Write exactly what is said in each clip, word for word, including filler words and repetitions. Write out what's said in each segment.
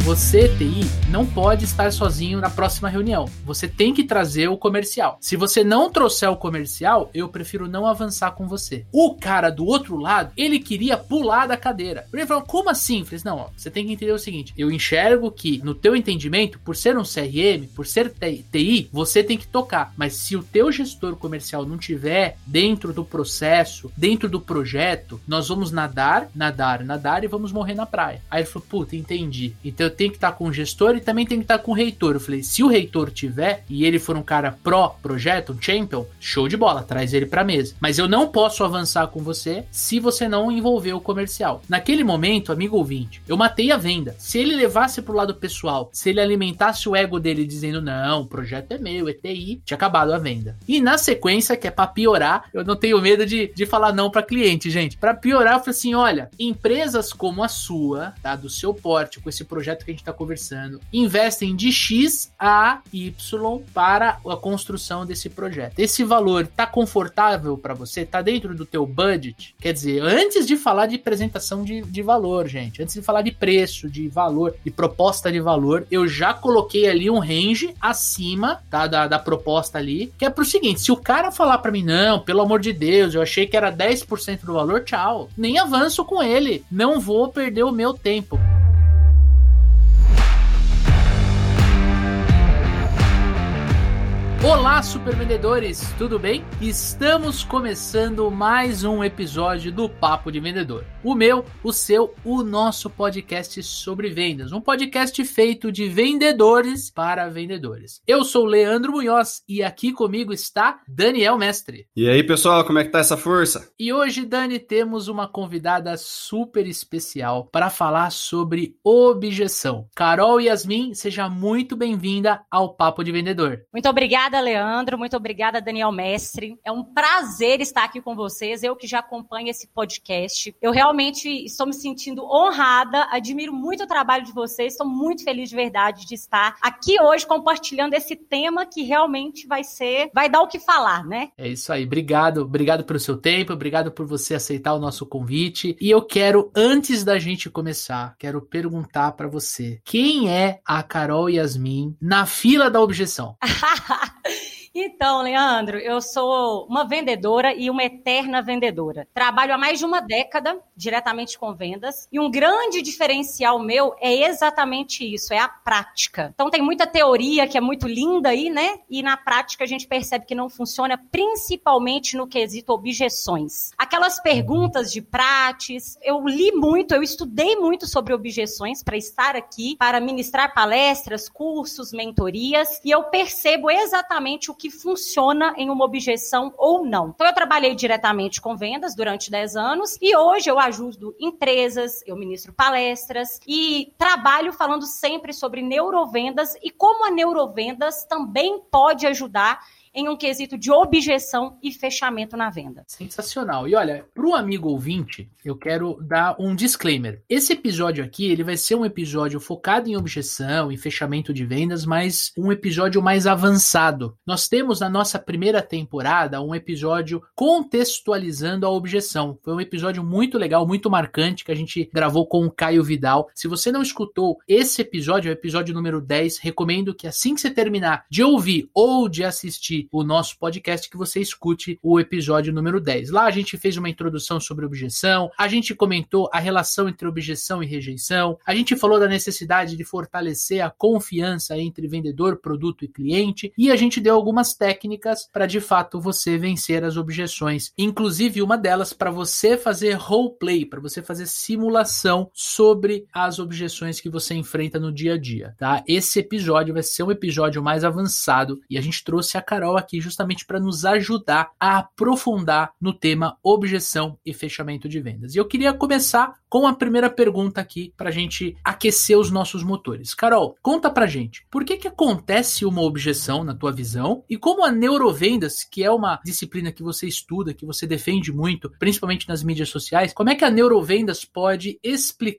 Você, T I, não pode estar sozinho na próxima reunião. Você tem que trazer o comercial. Se você não trouxer o comercial, eu prefiro não avançar com você. O cara do outro lado, ele queria pular da cadeira. Ele falou, como assim? Eu falei, não, ó, você tem que entender o seguinte, eu enxergo que, no teu entendimento, por ser um C R M, por ser T I, você tem que tocar. Mas se o teu gestor comercial não tiver dentro do processo, dentro do projeto, nós vamos nadar, nadar, nadar e vamos morrer na praia. Aí ele falou, puta, entendi. Então eu tenho que estar com o gestor e também tenho que estar com o reitor. Eu falei, se o reitor tiver e ele for um cara pró-projeto, um champion, show de bola, traz ele pra mesa. Mas eu não posso avançar com você se você não envolver o comercial. Naquele momento, amigo ouvinte, eu matei a venda. Se ele levasse pro lado pessoal, se ele alimentasse o ego dele dizendo, não, o projeto é meu, é T I, tinha acabado a venda. E na sequência, que é pra piorar, eu não tenho medo de, de falar não pra cliente, gente. Pra piorar, eu falei assim, olha, empresas como a sua, tá, do seu porte, com esse projeto que a gente tá conversando, investem de X a Y para a construção desse projeto. Esse valor tá confortável para você? Tá dentro do teu budget? Quer dizer, antes de falar de apresentação de, de valor, gente, antes de falar de preço, de valor, de proposta de valor, eu já coloquei ali um range acima, tá, da, da proposta ali, que é pro seguinte, se o cara falar para mim, não, pelo amor de Deus, eu achei que era dez por cento do valor, tchau. Nem avanço com ele. Não vou perder o meu tempo. Olá, supervendedores, tudo bem? Estamos começando mais um episódio do Papo de Vendedor. O meu, o seu, o nosso podcast sobre vendas. Um podcast feito de vendedores para vendedores. Eu sou Leandro Munhoz e aqui comigo está Daniel Mestre. E aí, pessoal, como é que tá essa força? E hoje, Dani, temos uma convidada super especial para falar sobre objeção. Carol Yasmin, seja muito bem-vinda ao Papo de Vendedor. Muito obrigada, Leandro, muito obrigada, Daniel Mestre. É um prazer estar aqui com vocês, eu que já acompanho esse podcast. Eu realmente estou me sentindo honrada, admiro muito o trabalho de vocês, estou muito feliz de verdade de estar aqui hoje compartilhando esse tema que realmente vai ser, vai dar o que falar, né? É isso aí, obrigado, obrigado pelo seu tempo, obrigado por você aceitar o nosso convite. E eu quero, antes da gente começar, quero perguntar para você, quem é a Carol Yasmin na fila da objeção? Então, Leandro, eu sou uma vendedora e uma eterna vendedora. Trabalho há mais de uma década diretamente com vendas e um grande diferencial meu é exatamente isso, é a prática. Então tem muita teoria que é muito linda aí, né? E na prática a gente percebe que não funciona, principalmente no quesito objeções. Aquelas perguntas de prates, eu li muito, eu estudei muito sobre objeções para estar aqui, para ministrar palestras, cursos, mentorias, e eu percebo exatamente o que que funciona em uma objeção ou não. Então, eu trabalhei diretamente com vendas durante dez anos e hoje eu ajudo empresas, eu ministro palestras e trabalho falando sempre sobre neurovendas e como a neurovendas também pode ajudar em um quesito de objeção e fechamento na venda. Sensacional. E olha, para o amigo ouvinte, eu quero dar um disclaimer. Esse episódio aqui, ele vai ser um episódio focado em objeção, em fechamento de vendas, mas um episódio mais avançado. Nós temos na nossa primeira temporada um episódio contextualizando a objeção. Foi um episódio muito legal, muito marcante, que a gente gravou com o Caio Vidal. Se você não escutou esse episódio, é o episódio número dez, recomendo que assim que você terminar de ouvir ou de assistir o nosso podcast, que você escute o episódio número dez. Lá a gente fez uma introdução sobre objeção, a gente comentou a relação entre objeção e rejeição, a gente falou da necessidade de fortalecer a confiança entre vendedor, produto e cliente, e a gente deu algumas técnicas para de fato você vencer as objeções, inclusive uma delas para você fazer roleplay, para você fazer simulação sobre as objeções que você enfrenta no dia a dia, tá? Esse episódio vai ser um episódio mais avançado e a gente trouxe a Carol aqui justamente para nos ajudar a aprofundar no tema objeção e fechamento de vendas. E eu queria começar com a primeira pergunta aqui para a gente aquecer os nossos motores. Carol, conta pra gente, por que que acontece uma objeção na tua visão e como a neurovendas, que é uma disciplina que você estuda, que você defende muito, principalmente nas mídias sociais, como é que a neurovendas pode explicar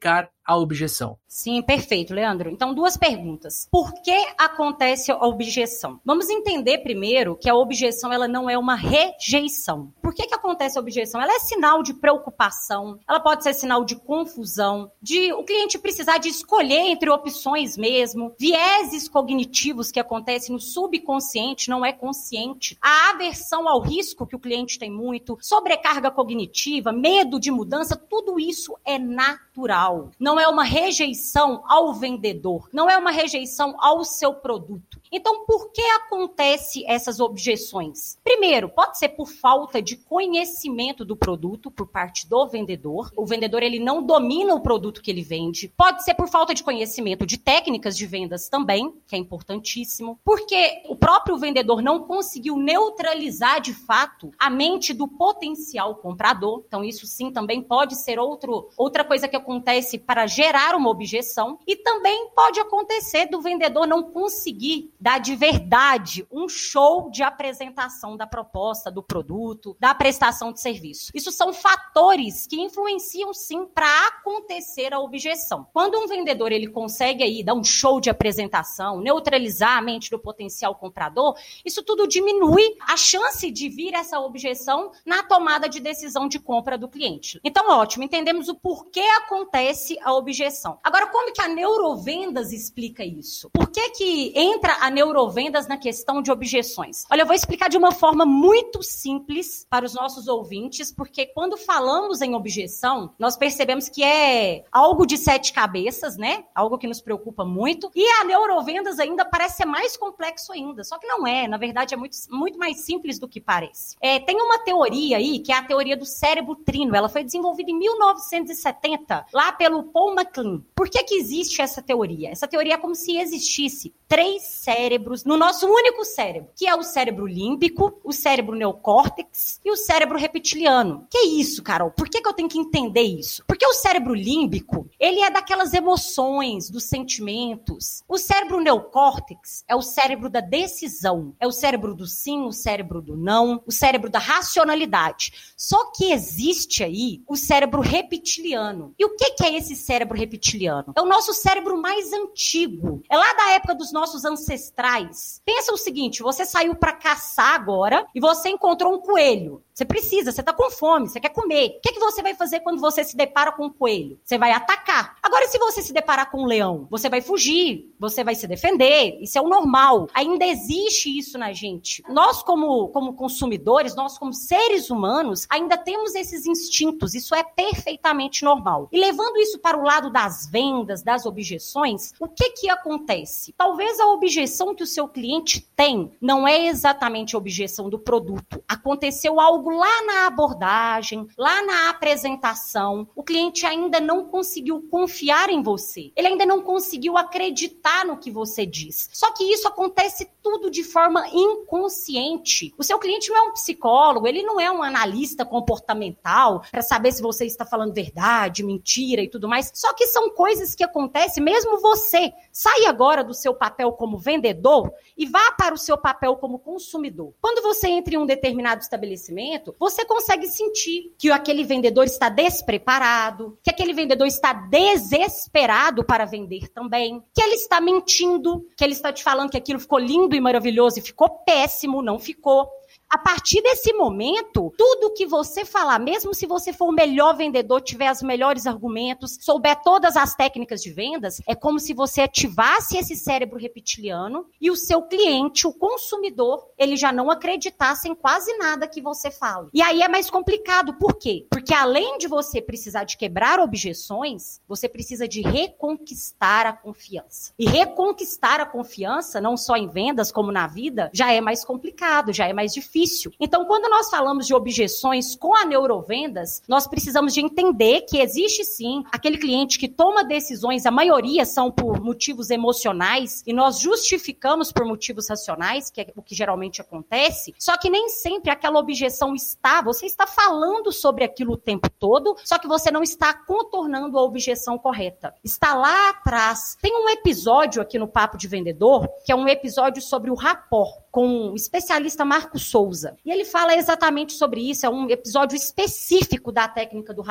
a objeção? Sim, perfeito, Leandro. Então, duas perguntas. Por que acontece a objeção? Vamos entender primeiro que a objeção ela não é uma rejeição. Por que que acontece a objeção? Ela é sinal de preocupação, ela pode ser sinal de confusão, de o cliente precisar de escolher entre opções mesmo, vieses cognitivos que acontecem no subconsciente, não é consciente, a aversão ao risco que o cliente tem muito, sobrecarga cognitiva, medo de mudança, tudo isso é natural. Não é uma rejeição ao vendedor, não é uma rejeição ao seu produto. Então, por que acontecem essas objeções? Primeiro, pode ser por falta de conhecimento do produto por parte do vendedor. O vendedor ele não domina o produto que ele vende. Pode ser por falta de conhecimento de técnicas de vendas também, que é importantíssimo. Porque o próprio vendedor não conseguiu neutralizar de fato a mente do potencial comprador. Então, isso sim também pode ser outro, outra coisa que acontece para gerar uma objeção. E também pode acontecer do vendedor não conseguir dar de verdade um show de apresentação da proposta, do produto, da prestação de serviço. Isso são fatores que influenciam sim para acontecer a objeção. Quando um vendedor ele consegue aí dar um show de apresentação, neutralizar a mente do potencial comprador, isso tudo diminui a chance de vir essa objeção na tomada de decisão de compra do cliente. Então, ótimo, entendemos o porquê acontece a objeção. Agora, como que a neurovendas explica isso? Por que que entra a neurovendas na questão de objeções? Olha, eu vou explicar de uma forma muito simples para os nossos ouvintes, porque quando falamos em objeção, nós percebemos que é algo de sete cabeças, né? Algo que nos preocupa muito. E a neurovendas ainda parece ser mais complexo ainda, só que não é. Na verdade, é muito, muito mais simples do que parece. É, tem uma teoria aí, que é a teoria do cérebro trino. Ela foi desenvolvida em mil novecentos e setenta, lá pelo Paul MacLean. Por que que existe essa teoria? Essa teoria é como se existisse três cérebros no nosso único cérebro, que é o cérebro límbico, o cérebro neocórtex e o cérebro reptiliano. Que é isso, Carol? Por que que eu tenho que entender isso? Porque o cérebro límbico, ele é daquelas emoções, dos sentimentos. O cérebro neocórtex é o cérebro da decisão, é o cérebro do sim, o cérebro do não, o cérebro da racionalidade. Só que existe aí o cérebro reptiliano. E o que que é esse cérebro reptiliano? É o nosso cérebro mais antigo. É lá da época dos nossos ancestrais. Pensa o seguinte, você saiu para caçar agora e você encontrou um coelho. Você precisa, você tá com fome, você quer comer. O que que você vai fazer quando você se depara com um coelho? Você vai atacar. Agora, se você se deparar com um leão, você vai fugir, você vai se defender. Isso é o normal. Ainda existe isso na gente. Nós, como, como consumidores, nós, como seres humanos, ainda temos esses instintos. Isso é perfeitamente normal. E levando isso para o lado das vendas, das objeções, o que que acontece? Talvez a objeção que o seu cliente tem não é exatamente a objeção do produto. Aconteceu algo lá na abordagem, lá na apresentação. O cliente ainda não conseguiu confiar em você. Ele ainda não conseguiu acreditar no que você diz. Só que isso acontece tudo de forma inconsciente. O seu cliente não é um psicólogo, ele não é um analista comportamental para saber se você está falando verdade, mentira e tudo mais. Só que são coisas que acontecem mesmo você. Sai agora do seu papel como vendedor e vá para o seu papel como consumidor. Quando você entra em um determinado estabelecimento, você consegue sentir que aquele vendedor está despreparado, que aquele vendedor está desesperado para vender também, que ele está mentindo, que ele está te falando que aquilo ficou lindo e maravilhoso e ficou péssimo, não ficou. A partir desse momento, tudo que você falar, mesmo se você for o melhor vendedor, tiver os melhores argumentos, souber todas as técnicas de vendas, é como se você ativasse esse cérebro reptiliano e o seu cliente, o consumidor, ele já não acreditasse em quase nada que você fala. E aí é mais complicado. Por quê? Porque além de você precisar de quebrar objeções, você precisa de reconquistar a confiança. E reconquistar a confiança, não só em vendas, como na vida, já é mais complicado, já é mais difícil. Então, quando nós falamos de objeções com a neurovendas, nós precisamos de entender que existe sim aquele cliente que toma decisões, a maioria são por motivos emocionais, e nós justificamos por motivos racionais, que é o que geralmente acontece, só que nem sempre aquela objeção está, você está falando sobre aquilo o tempo todo, só que você não está contornando a objeção correta. Está lá atrás. Tem um episódio aqui no Papo de Vendedor, que é um episódio sobre o rapport, com o especialista Marco Souza. E ele fala exatamente sobre isso, é um episódio específico da técnica do rapport.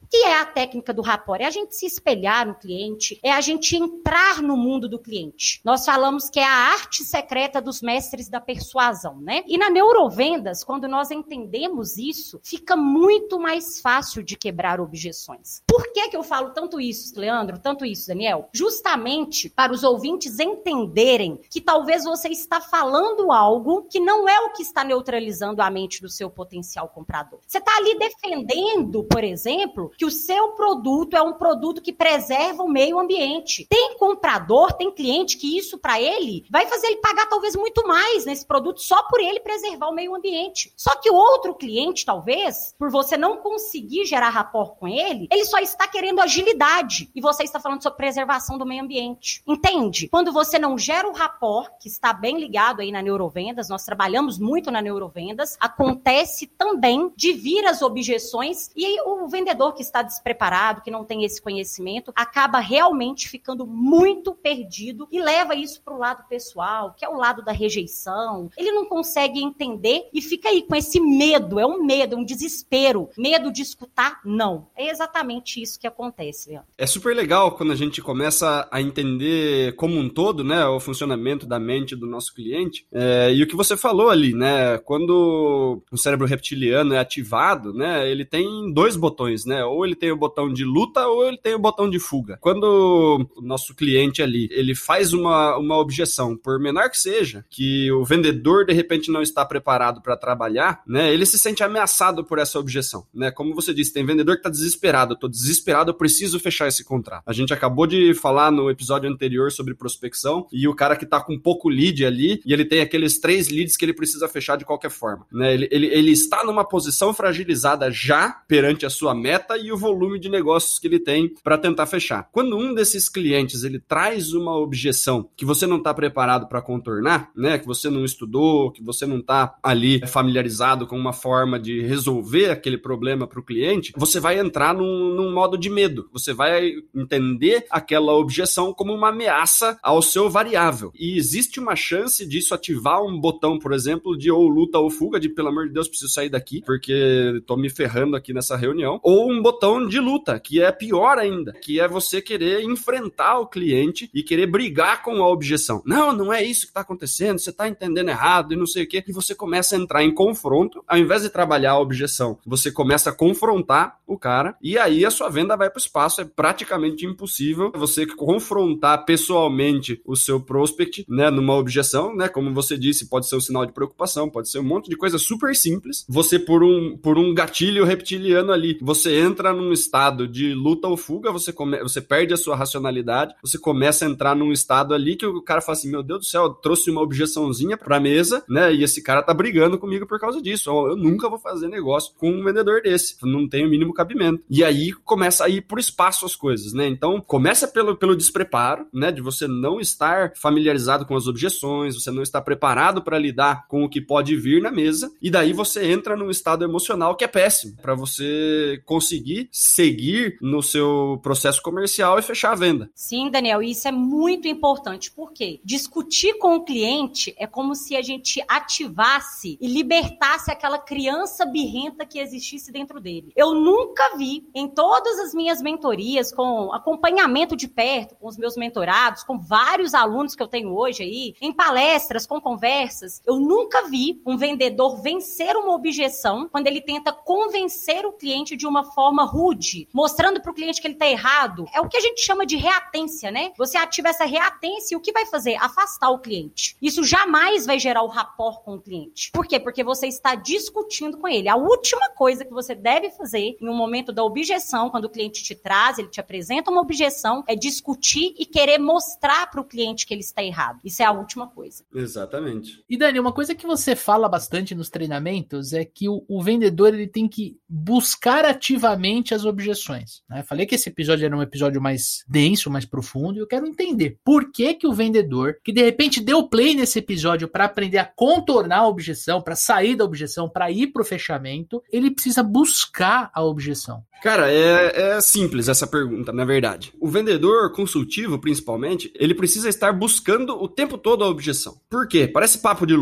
que é a técnica do rapport? É a gente se espelhar no cliente, é a gente entrar no mundo do cliente. Nós falamos que é a arte secreta dos mestres da persuasão, né? E na neurovendas, quando nós entendemos isso, fica muito mais fácil de quebrar objeções. Por que que eu falo tanto isso, Leandro? Tanto isso, Daniel? Justamente para os ouvintes entenderem que talvez você está falando algo que não é o que está neutralizando a mente do seu potencial comprador. Você está ali defendendo, por exemplo, que o seu produto é um produto que preserva o meio ambiente. Tem comprador, tem cliente que isso para ele vai fazer ele pagar talvez muito mais nesse produto só por ele preservar o meio ambiente. Só que o outro cliente, talvez, por você não conseguir gerar rapport com ele, ele só está querendo agilidade e você está falando sobre preservação do meio ambiente. Entende? Quando você não gera o rapport, que está bem ligado aí na neurovendas, nós trabalhamos muito na neurovendas, acontece também de vir as objeções e aí o vendedor que está despreparado, que não tem esse conhecimento, acaba realmente ficando muito perdido e leva isso para o lado pessoal, que é o lado da rejeição. Ele não consegue entender e fica aí com esse medo, é um medo, é um desespero. Medo de escutar, não. É exatamente isso que acontece, Leandro. É super legal quando a gente começa a entender como um todo, né, o funcionamento da mente do nosso cliente. É, e o que você falou ali, né, quando o cérebro reptiliano é ativado, né, ele tem dois botões, né, ou ele tem o botão de luta ou ele tem o botão de fuga. Quando o nosso cliente ali, ele faz uma, uma objeção, por menor que seja, que o vendedor de repente não está preparado para trabalhar, né, ele se sente ameaçado por essa objeção, né, como você disse, tem vendedor que está desesperado, eu tô desesperado, eu preciso fechar esse contrato. A gente acabou de falar no episódio anterior sobre prospecção e o cara que tá com pouco lead ali e ele tem aqueles três leads que ele precisa fechar de qualquer forma, né, ele, ele, ele está numa posição fragilizada já perante a sua meta e o volume de negócios que ele tem para tentar fechar. Quando um desses clientes ele traz uma objeção que você não está preparado para contornar, né, que você não estudou, que você não está ali familiarizado com uma forma de resolver aquele problema para o cliente, você vai entrar num, num modo de medo. Você vai entender aquela objeção como uma ameaça ao seu variável. E existe uma chance disso ativar um botão, por exemplo, de ou luta ou fuga, de pelo amor de Deus, preciso sair daqui, porque tô me ferrando aqui nessa reunião. Ou um botão de luta, que é pior ainda, que é você querer enfrentar o cliente e querer brigar com a objeção. Não, não é isso que tá acontecendo, você tá entendendo errado e não sei o quê. E você começa a entrar em confronto, ao invés de trabalhar a objeção, você começa a confrontar o cara e aí a sua venda vai pro espaço. É praticamente impossível você confrontar pessoalmente o seu prospect, né, numa objeção, né, como você disse, pode ser um sinal de preocupação, pode ser um monte de coisa super simples. Você, por um, por um gatilho reptiliano ali, você entra num estado de luta ou fuga, você, come, você perde a sua racionalidade, você começa a entrar num estado ali que o cara fala assim, meu Deus do céu, eu trouxe uma objeçãozinha pra mesa, né, e esse cara tá brigando comigo por causa disso, eu nunca vou fazer negócio com um vendedor desse, não tem o mínimo cabimento. E aí começa a ir por espaço as coisas, né, então começa pelo, pelo despreparo, né, de você não estar familiarizado com as objeções, você não estar preparado para lidar com o que pode vir na mesa, e daí você entra num estado emocional que é péssimo, para você conseguir seguir no seu processo comercial e fechar a venda. Sim, Daniel, isso é muito importante, porque discutir com o cliente é como se a gente ativasse e libertasse aquela criança birrenta que existisse dentro dele. Eu nunca vi, em todas as minhas mentorias, com acompanhamento de perto, com os meus mentorados, com vários alunos que eu tenho hoje aí, em palestras, com conversas, eu nunca vi um vendedor vencer uma objeção quando ele tenta convencer o cliente de uma forma rude, mostrando para o cliente que ele está errado. É o que a gente chama de reatência, né? Você ativa essa reatência e o que vai fazer? Afastar o cliente. Isso jamais vai gerar o rapport com o cliente. Por quê? Porque você está discutindo com ele. A última coisa que você deve fazer em um momento da objeção, quando o cliente te traz, ele te apresenta uma objeção, é discutir e querer mostrar para o cliente que ele está errado. Isso é a última coisa. Exatamente. E Dani, uma coisa que você fala bastante nos treinamentos é que o, o vendedor ele tem que buscar ativamente as objeções, né? Falei que esse episódio era um episódio mais denso, mais profundo, e eu quero entender por que que o vendedor, que de repente deu play nesse episódio para aprender a contornar a objeção, para sair da objeção, para ir pro fechamento, ele precisa buscar a objeção. Cara, é, é simples essa pergunta, na verdade. O vendedor consultivo, principalmente, ele precisa estar buscando o tempo todo a objeção. Por quê? Parece papo de louco,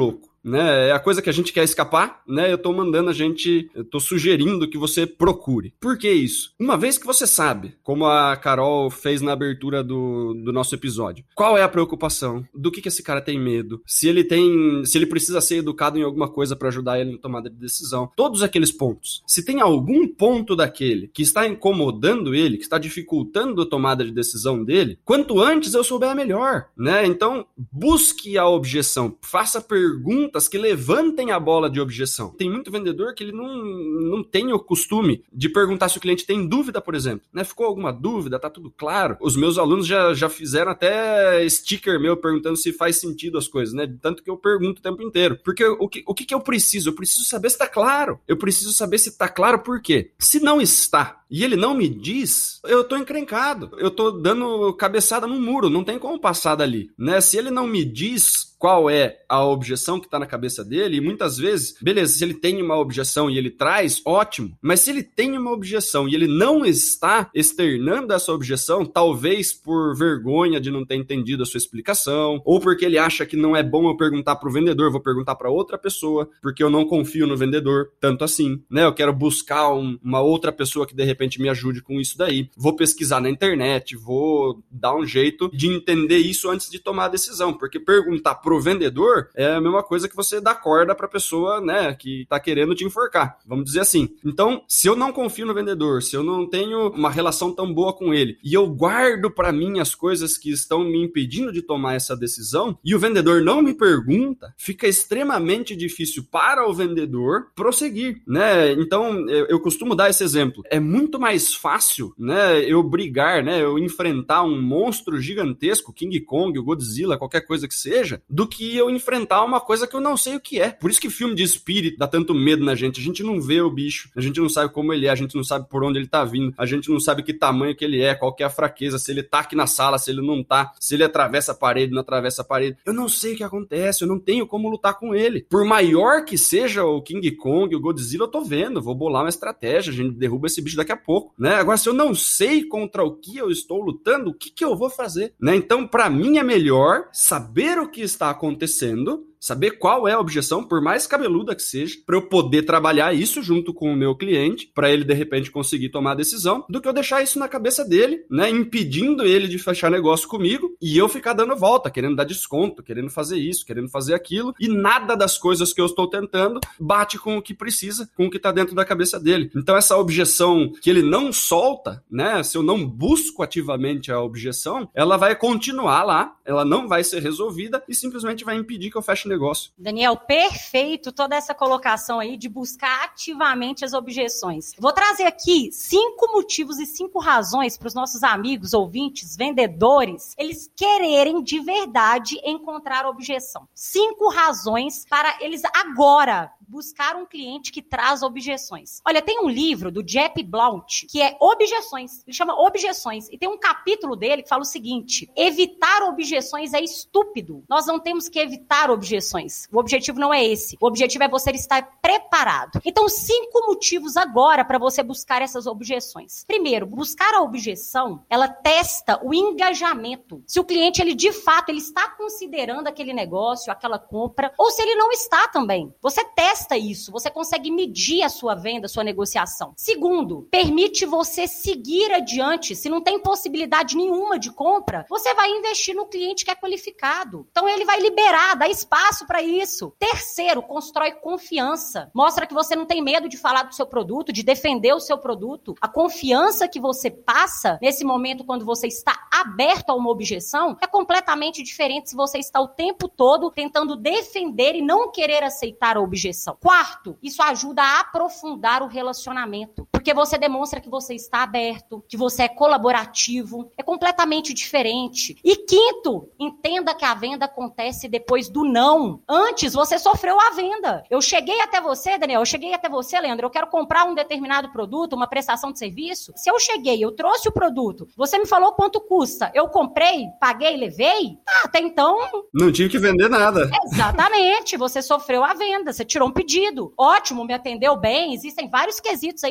né? É a coisa que a gente quer escapar, né? Eu tô mandando a gente, eu tô sugerindo que você procure. Por que isso? Uma vez que você sabe, como a Carol fez na abertura do, do nosso episódio, qual é a preocupação, do que que esse cara tem medo, se ele tem, se ele precisa ser educado em alguma coisa para ajudar ele na tomada de decisão, todos aqueles pontos. Se tem algum ponto daquele que está incomodando ele, que está dificultando a tomada de decisão dele, quanto antes eu souber, melhor, né? Então, busque a objeção, faça perguntas que levantem a bola de objeção. Tem muito vendedor que ele não, não tem o costume de perguntar se o cliente tem dúvida, por exemplo, né? Ficou alguma dúvida? Tá tudo claro? Os meus alunos já, já fizeram até sticker meu perguntando se faz sentido as coisas, né? Tanto que eu pergunto o tempo inteiro. Porque o que, o que, que eu preciso? Eu preciso saber se tá claro. Eu preciso saber se tá claro por quê? Se não está, e ele não me diz, eu tô encrencado. Eu tô dando cabeçada no muro, não tem como passar dali, né? Se ele não me diz qual é a objeção que tá na cabeça dele, e muitas vezes, beleza, se ele tem uma objeção e ele traz, ótimo, mas se ele tem uma objeção e ele não está externando essa objeção, talvez por vergonha de não ter entendido a sua explicação, ou porque ele acha que não é bom eu perguntar pro vendedor, vou perguntar para outra pessoa, porque eu não confio no vendedor, tanto assim, né? Eu quero buscar um, uma outra pessoa que de repente me ajude com isso daí, vou pesquisar na internet, vou dar um jeito de entender isso antes de tomar a decisão, porque perguntar pro vendedor é a mesma coisa que você dar corda pra pessoa, né, que tá querendo te enforcar, vamos dizer assim. Então, se eu não confio no vendedor, se eu não tenho uma relação tão boa com ele, e eu guardo pra mim as coisas que estão me impedindo de tomar essa decisão, e o vendedor não me pergunta, fica extremamente difícil para o vendedor prosseguir, né? Então, eu, eu costumo dar esse exemplo. É muito mais fácil, né, eu brigar, né, eu enfrentar um monstro gigantesco, King Kong, o Godzilla, qualquer coisa que seja, do que eu enfrentar uma coisa que eu não sei o que é. Por isso que filme de espírito dá tanto medo na gente. A gente não vê o bicho, a gente não sabe como ele é, a gente não sabe por onde ele tá vindo, a gente não sabe que tamanho que ele é, qual que é a fraqueza, se ele tá aqui na sala, se ele não tá, se ele atravessa a parede, não atravessa a parede. Eu não sei o que acontece, eu não tenho como lutar com ele. Por maior que seja o King Kong, o Godzilla, eu tô vendo, vou bolar uma estratégia, a gente derruba esse bicho daqui a pouco, né? Agora, se eu não sei contra o que eu estou lutando, o que que eu vou fazer, né? Então, pra mim é melhor saber o que está acontecendo, saber qual é a objeção, por mais cabeluda que seja, para eu poder trabalhar isso junto com o meu cliente, para ele de repente conseguir tomar a decisão, do que eu deixar isso na cabeça dele, né, impedindo ele de fechar negócio comigo e eu ficar dando volta, querendo dar desconto, querendo fazer isso, querendo fazer aquilo, e nada das coisas que eu estou tentando bate com o que precisa, com o que está dentro da cabeça dele. Então essa objeção que ele não solta, né, se eu não busco ativamente a objeção, ela vai continuar lá, ela não vai ser resolvida e simplesmente vai impedir que eu feche negócio. Daniel, perfeito toda essa colocação aí de buscar ativamente as objeções. Vou trazer aqui cinco motivos e cinco razões para os nossos amigos, ouvintes, vendedores, eles quererem de verdade encontrar objeção. Cinco razões para eles agora buscar um cliente que traz objeções. Olha, tem um livro do Jeff Blount que é Objeções. Ele chama Objeções. E tem um capítulo dele que fala o seguinte: evitar objeções é estúpido. Nós não temos que evitar objeções. O objetivo não é esse. O objetivo é você estar preparado. Então, cinco motivos agora para você buscar essas objeções. Primeiro, buscar a objeção, ela testa o engajamento. Se o cliente, ele de fato, ele está considerando aquele negócio, aquela compra, ou se ele não está também. Você testa isso, você consegue medir a sua venda, a sua negociação. Segundo, permite você seguir adiante. Se não tem possibilidade nenhuma de compra, você vai investir no cliente que é qualificado. Então ele vai liberar, dá espaço para isso. Terceiro, constrói confiança. Mostra que você não tem medo de falar do seu produto, de defender o seu produto. A confiança que você passa nesse momento quando você está aberto a uma objeção é completamente diferente se você está o tempo todo tentando defender e não querer aceitar a objeção. Quarto, isso ajuda a aprofundar o relacionamento, porque você demonstra que você está aberto, que você é colaborativo, é completamente diferente. E quinto, entenda que a venda acontece depois do não. Antes, você sofreu a venda. Eu cheguei até você, Daniel, eu cheguei até você, Leandro, eu quero comprar um determinado produto, uma prestação de serviço. Se eu cheguei, eu trouxe o produto, você me falou quanto custa, eu comprei, paguei, levei, ah, até então... Não tive que vender nada. Exatamente, você sofreu a venda, você tirou um pedido. Ótimo, me atendeu bem, existem vários quesitos aí no atendimento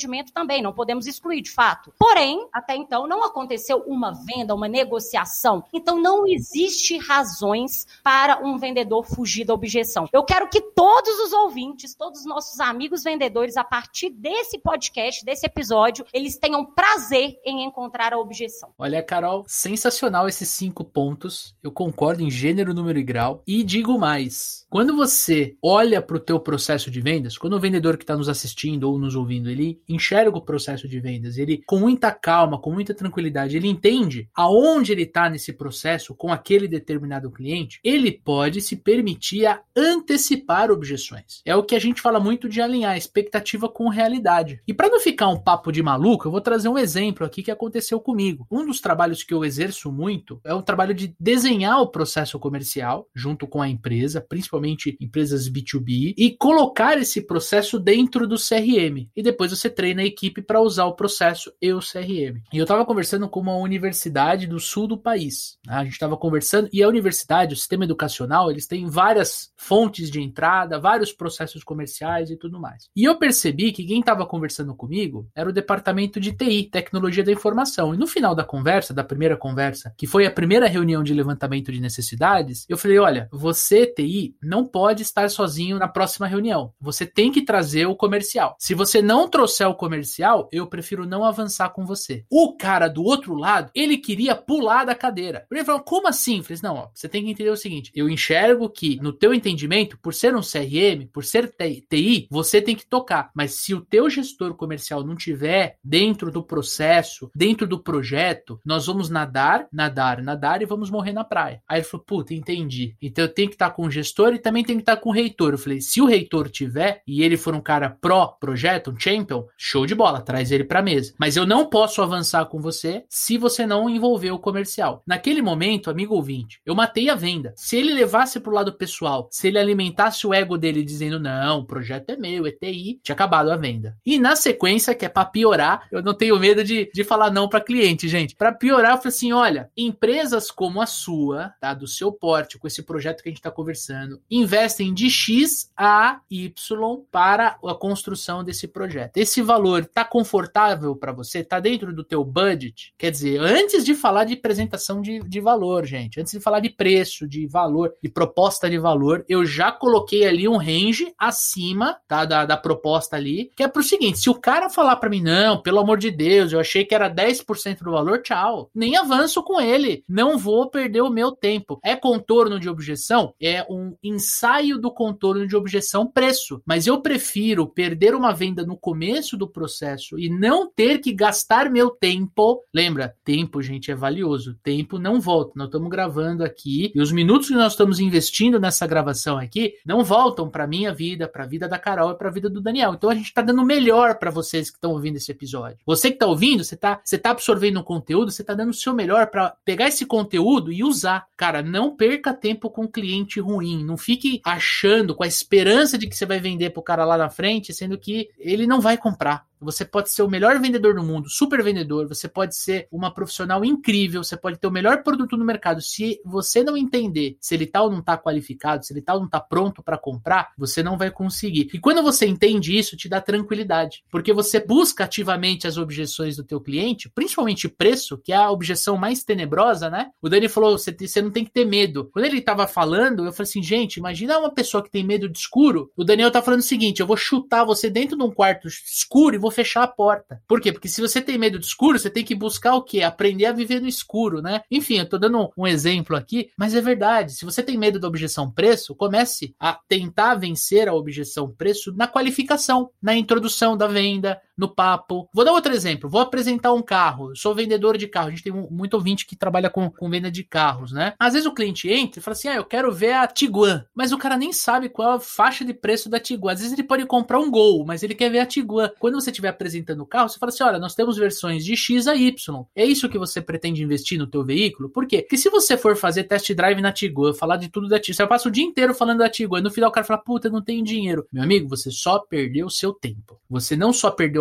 atendimento também, não podemos excluir de fato. Porém, até então, não aconteceu uma venda, uma negociação. Então, não existe razões para um vendedor fugir da objeção. Eu quero que todos os ouvintes, todos os nossos amigos vendedores, a partir desse podcast, desse episódio, eles tenham prazer em encontrar a objeção. Olha, Carol, sensacional esses cinco pontos. Eu concordo em gênero, número e grau. E digo mais, quando você olha para o teu processo de vendas, quando o vendedor que está nos assistindo ou nos ouvindo, ele enxerga o processo de vendas, ele com muita calma, com muita tranquilidade, ele entende aonde ele está nesse processo com aquele determinado cliente, ele pode se permitir a antecipar objeções. É o que a gente fala muito de alinhar expectativa com realidade. E para não ficar um papo de maluco, eu vou trazer um exemplo aqui que aconteceu comigo. Um dos trabalhos que eu exerço muito é o trabalho de desenhar o processo comercial junto com a empresa, principalmente empresas B dois B, e colocar esse processo dentro do C R M. E depois você treina a equipe para usar o processo e o C R M. E eu estava conversando com uma universidade do sul do país. A gente estava conversando e a universidade, o sistema educacional, eles têm várias fontes de entrada, vários processos comerciais e tudo mais. E eu percebi que quem estava conversando comigo era o departamento de T I, Tecnologia da Informação. E no final da conversa, da primeira conversa, que foi a primeira reunião de levantamento de necessidades, eu falei, olha, você, T I, não pode estar sozinho na próxima reunião. Você tem que trazer o comercial. Se você não trouxer o comercial, eu prefiro não avançar com você. O cara do outro lado, ele queria pular da cadeira. Ele falou, como assim? Eu falei, não, ó, você tem que entender o seguinte, eu enxergo que, no teu entendimento, por ser um C R M, por ser T I, você tem que tocar. Mas se o teu gestor comercial não tiver dentro do processo, dentro do projeto, nós vamos nadar, nadar, nadar e vamos morrer na praia. Aí ele falou, puta, entendi. Então eu tenho que estar com o gestor e também tenho que estar com o reitor. Eu falei, se o reitor tiver e ele for um cara pró-projeto, um champion, show de bola, traz ele pra mesa. Mas eu não posso avançar com você se você não envolver o comercial. Naquele momento, amigo ouvinte, eu matei a venda. Se ele levasse pro lado pessoal, se ele alimentasse o ego dele dizendo, não, o projeto é meu, é T I, tinha acabado a venda. E na sequência, que é pra piorar, eu não tenho medo de, de falar não pra cliente, gente. Pra piorar, eu falei assim, olha, empresas como a sua, tá, do seu porte, com esse projeto que a gente tá conversando, investem de X a Y para a construção desse projeto. Esse valor tá confortável para você? Tá dentro do teu budget? Quer dizer, antes de falar de apresentação de, de valor, gente, antes de falar de preço, de valor, de proposta de valor, eu já coloquei ali um range acima, tá, da, da proposta ali, que é pro seguinte, se o cara falar para mim, não, pelo amor de Deus, eu achei que era dez por cento do valor, tchau. Nem avanço com ele. Não vou perder o meu tempo. É contorno de objeção? É um ensaio do contorno de objeção preço. Mas eu prefiro perder uma venda no começo do processo e não ter que gastar meu tempo. Lembra, tempo, gente, é valioso. Tempo não volta. Nós estamos gravando aqui e os minutos que nós estamos investindo nessa gravação aqui não voltam para minha vida, para a vida da Carol e para a vida do Daniel. Então a gente está dando o melhor para vocês que estão ouvindo esse episódio. Você que está ouvindo, você está você tá absorvendo o conteúdo, você está dando o seu melhor para pegar esse conteúdo e usar. Cara, não perca tempo com cliente ruim. Não fique achando, com a esperança de que você vai vender pro cara lá na frente, sendo que ele não vai comprar. Você pode ser o melhor vendedor do mundo, super vendedor, você pode ser uma profissional incrível, você pode ter o melhor produto no mercado. Se você não entender se ele tá ou não tá qualificado, se ele tá ou não tá pronto para comprar, você não vai conseguir. E quando você entende isso, te dá tranquilidade, porque você busca ativamente as objeções do teu cliente, principalmente preço, que é a objeção mais tenebrosa, né? O Dani falou, você, você não tem que ter medo. Quando ele tava falando, eu falei assim, gente, imagina uma pessoa que tem medo de escuro. O Daniel tá falando o seguinte, eu vou chutar você dentro de um quarto escuro e vou fechar a porta. Por quê? Porque se você tem medo de escuro, você tem que buscar o quê? Aprender a viver no escuro, né? Enfim, eu tô dando um exemplo aqui, mas é verdade. Se você tem medo da objeção preço, comece a tentar vencer a objeção preço na qualificação, na introdução da venda, no papo. Vou dar outro exemplo. Vou apresentar um carro. Eu sou vendedor de carro. A gente tem muito ouvinte que trabalha com, com venda de carros, né? Às vezes o cliente entra e fala assim, ah, eu quero ver a Tiguan. Mas o cara nem sabe qual é a faixa de preço da Tiguan. Às vezes ele pode comprar um Gol, mas ele quer ver a Tiguan. Quando você estiver apresentando o carro, você fala assim, olha, nós temos versões de X a Y. É isso que você pretende investir no teu veículo? Por quê? Porque se você for fazer test drive na Tiguan, falar de tudo da Tiguan, você passa o dia inteiro falando da Tiguan, e no final o cara fala, puta, eu não tenho dinheiro. Meu amigo, você só perdeu o seu tempo. Você não só perdeu a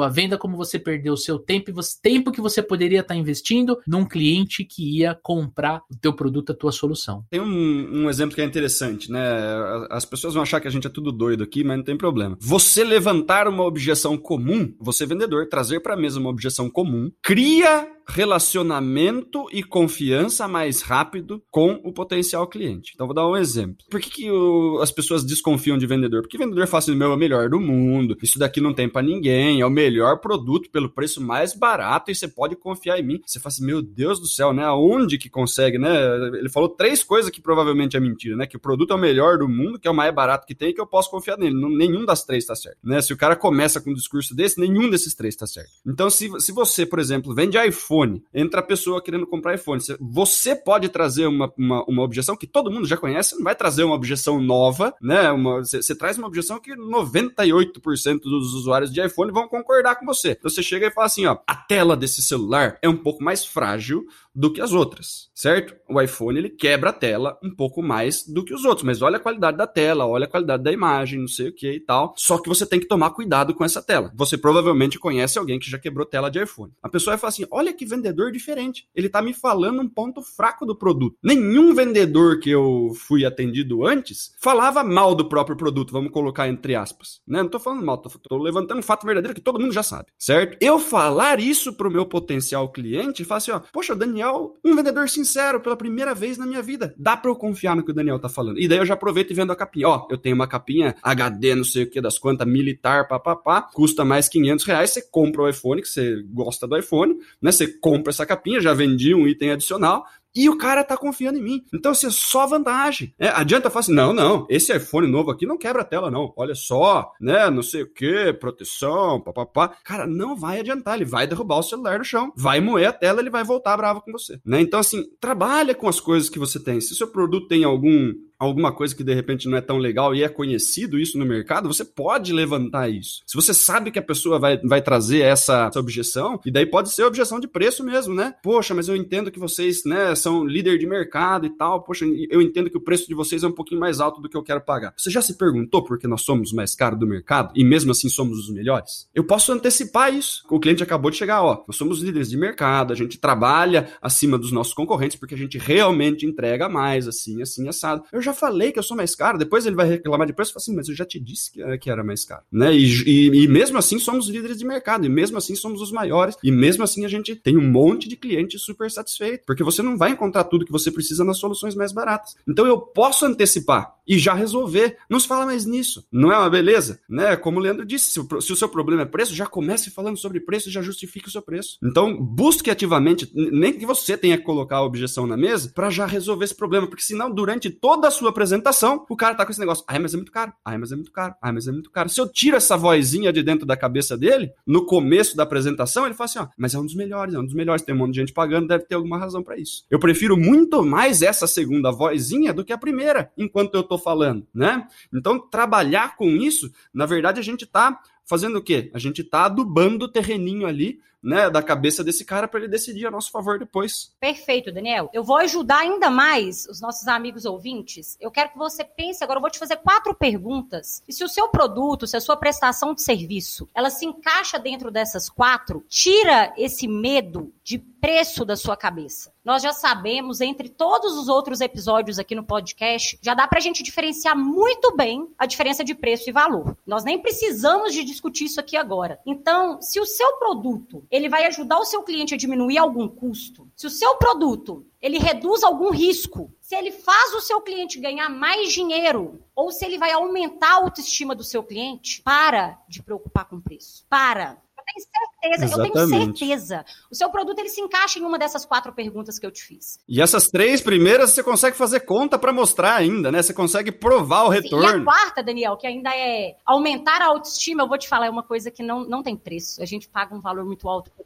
sua venda, como você perdeu o seu tempo, e você, tempo que você poderia estar investindo num cliente que ia comprar o teu produto, a tua solução. Tem um, um exemplo que é interessante, né? As pessoas vão achar que a gente é tudo doido aqui, mas não tem problema. Você levantar uma objeção comum, você vendedor, trazer para a mesa uma objeção comum, cria relacionamento e confiança mais rápido com o potencial cliente. Então, vou dar um exemplo. Por que, que o, as pessoas desconfiam de vendedor? Porque vendedor fala assim, meu, é o melhor do mundo, isso daqui não tem pra ninguém, é o melhor produto pelo preço mais barato e você pode confiar em mim. Você fala assim, meu Deus do céu, né? Aonde que consegue, né? Ele falou três coisas que provavelmente é mentira, né? Que o produto é o melhor do mundo, que é o mais barato que tem e que eu posso confiar nele. Não, nenhum das três tá certo, né? Se o cara começa com um discurso desse, nenhum desses três tá certo. Então, se, se você, por exemplo, vende iPhone, entra a pessoa querendo comprar iPhone. Você pode trazer uma, uma, uma objeção que todo mundo já conhece, não vai trazer uma objeção nova, né? Uma, você, você traz uma objeção que noventa e oito por cento dos usuários de iPhone vão concordar com você. Então você chega e fala assim, ó, a tela desse celular é um pouco mais frágil do que as outras, certo? O iPhone, ele quebra a tela um pouco mais do que os outros, mas olha a qualidade da tela, olha a qualidade da imagem, não sei o que e tal. Só que você tem que tomar cuidado com essa tela. Você provavelmente conhece alguém que já quebrou tela de iPhone. A pessoa vai falar assim, olha que vendedor diferente. Ele tá me falando um ponto fraco do produto. Nenhum vendedor que eu fui atendido antes falava mal do próprio produto, vamos colocar entre aspas, né? Não tô falando mal, tô, tô levantando um fato verdadeiro que todo mundo já sabe, certo? Eu falar isso pro meu potencial cliente e falar assim, ó, poxa, Daniel, um vendedor sincero pela primeira vez na minha vida. Dá pra eu confiar no que o Daniel tá falando. E daí eu já aproveito e vendo a capinha. Ó, eu tenho uma capinha H D, não sei o que, das quantas, militar, papapá, custa mais quinhentos reais, você compra o iPhone, que você gosta do iPhone, né? Você compra essa capinha, já vendi um item adicional, e o cara tá confiando em mim. Então, assim, é só vantagem. É, adianta falar assim, não, não, esse iPhone novo aqui não quebra a tela, não. Olha só, né, não sei o que, proteção, papapá. Cara, não vai adiantar, ele vai derrubar o celular no chão, vai moer a tela, ele vai voltar bravo com você, né? Então, assim, trabalha com as coisas que você tem. Se o seu produto tem algum... alguma coisa que de repente não é tão legal e é conhecido isso no mercado, você pode levantar isso. Se você sabe que a pessoa vai, vai trazer essa, essa objeção, e daí pode ser objeção de preço mesmo, né? Poxa, mas eu entendo que vocês, né, são líder de mercado e tal, poxa, eu entendo que o preço de vocês é um pouquinho mais alto do que eu quero pagar. Você já se perguntou por que nós somos mais caros do mercado e mesmo assim somos os melhores? Eu posso antecipar isso. O cliente acabou de chegar, ó, nós somos líderes de mercado, a gente trabalha acima dos nossos concorrentes porque a gente realmente entrega mais, assim, assim, assado. Eu já Já falei que eu sou mais caro, depois ele vai reclamar de preço e fala assim, mas eu já te disse que, que era mais caro, né? E, e, e mesmo assim somos líderes de mercado, e mesmo assim somos os maiores, e mesmo assim a gente tem um monte de clientes super satisfeitos, porque você não vai encontrar tudo que você precisa nas soluções mais baratas. Então eu posso antecipar e já resolver. Não se fala mais nisso. Não é uma beleza? Né? Como o Leandro disse, se o, se o seu problema é preço, já comece falando sobre preço e já justifique o seu preço. Então busque ativamente, nem que você tenha que colocar a objeção na mesa para já resolver esse problema, porque senão durante toda a sua apresentação, o cara tá com esse negócio, ai, mas é muito caro, ai, mas é muito caro, ai, mas é muito caro. Se eu tiro essa vozinha de dentro da cabeça dele, no começo da apresentação, ele fala assim, ó, mas é um dos melhores, é um dos melhores, tem um monte de gente pagando, deve ter alguma razão pra isso. Eu prefiro muito mais essa segunda vozinha do que a primeira, enquanto eu tô falando, né? Então, trabalhar com isso, na verdade, a gente tá fazendo o quê? A gente tá adubando o terreninho ali, né, da cabeça desse cara para ele decidir a nosso favor depois. Perfeito, Daniel. Eu vou ajudar ainda mais os nossos amigos ouvintes. Eu quero que você pense agora, eu vou te fazer quatro perguntas. E se o seu produto, se a sua prestação de serviço, ela se encaixa dentro dessas quatro, tira esse medo de preço da sua cabeça. Nós já sabemos, entre todos os outros episódios aqui no podcast, já dá pra gente diferenciar muito bem a diferença de preço e valor. Nós nem precisamos de discutir isso aqui agora. Então, se o seu produto, ele vai ajudar o seu cliente a diminuir algum custo, se o seu produto, ele reduz algum risco, se ele faz o seu cliente ganhar mais dinheiro, ou se ele vai aumentar a autoestima do seu cliente, para de preocupar com o preço. Para. Eu tenho certeza, Exatamente. eu tenho certeza. O seu produto, ele se encaixa em uma dessas quatro perguntas que eu te fiz. E essas três primeiras, você consegue fazer conta para mostrar ainda, né? Você consegue provar o retorno. E a quarta, Daniel, que ainda é aumentar a autoestima, eu vou te falar, é uma coisa que não, não tem preço. A gente paga um valor muito alto por isso.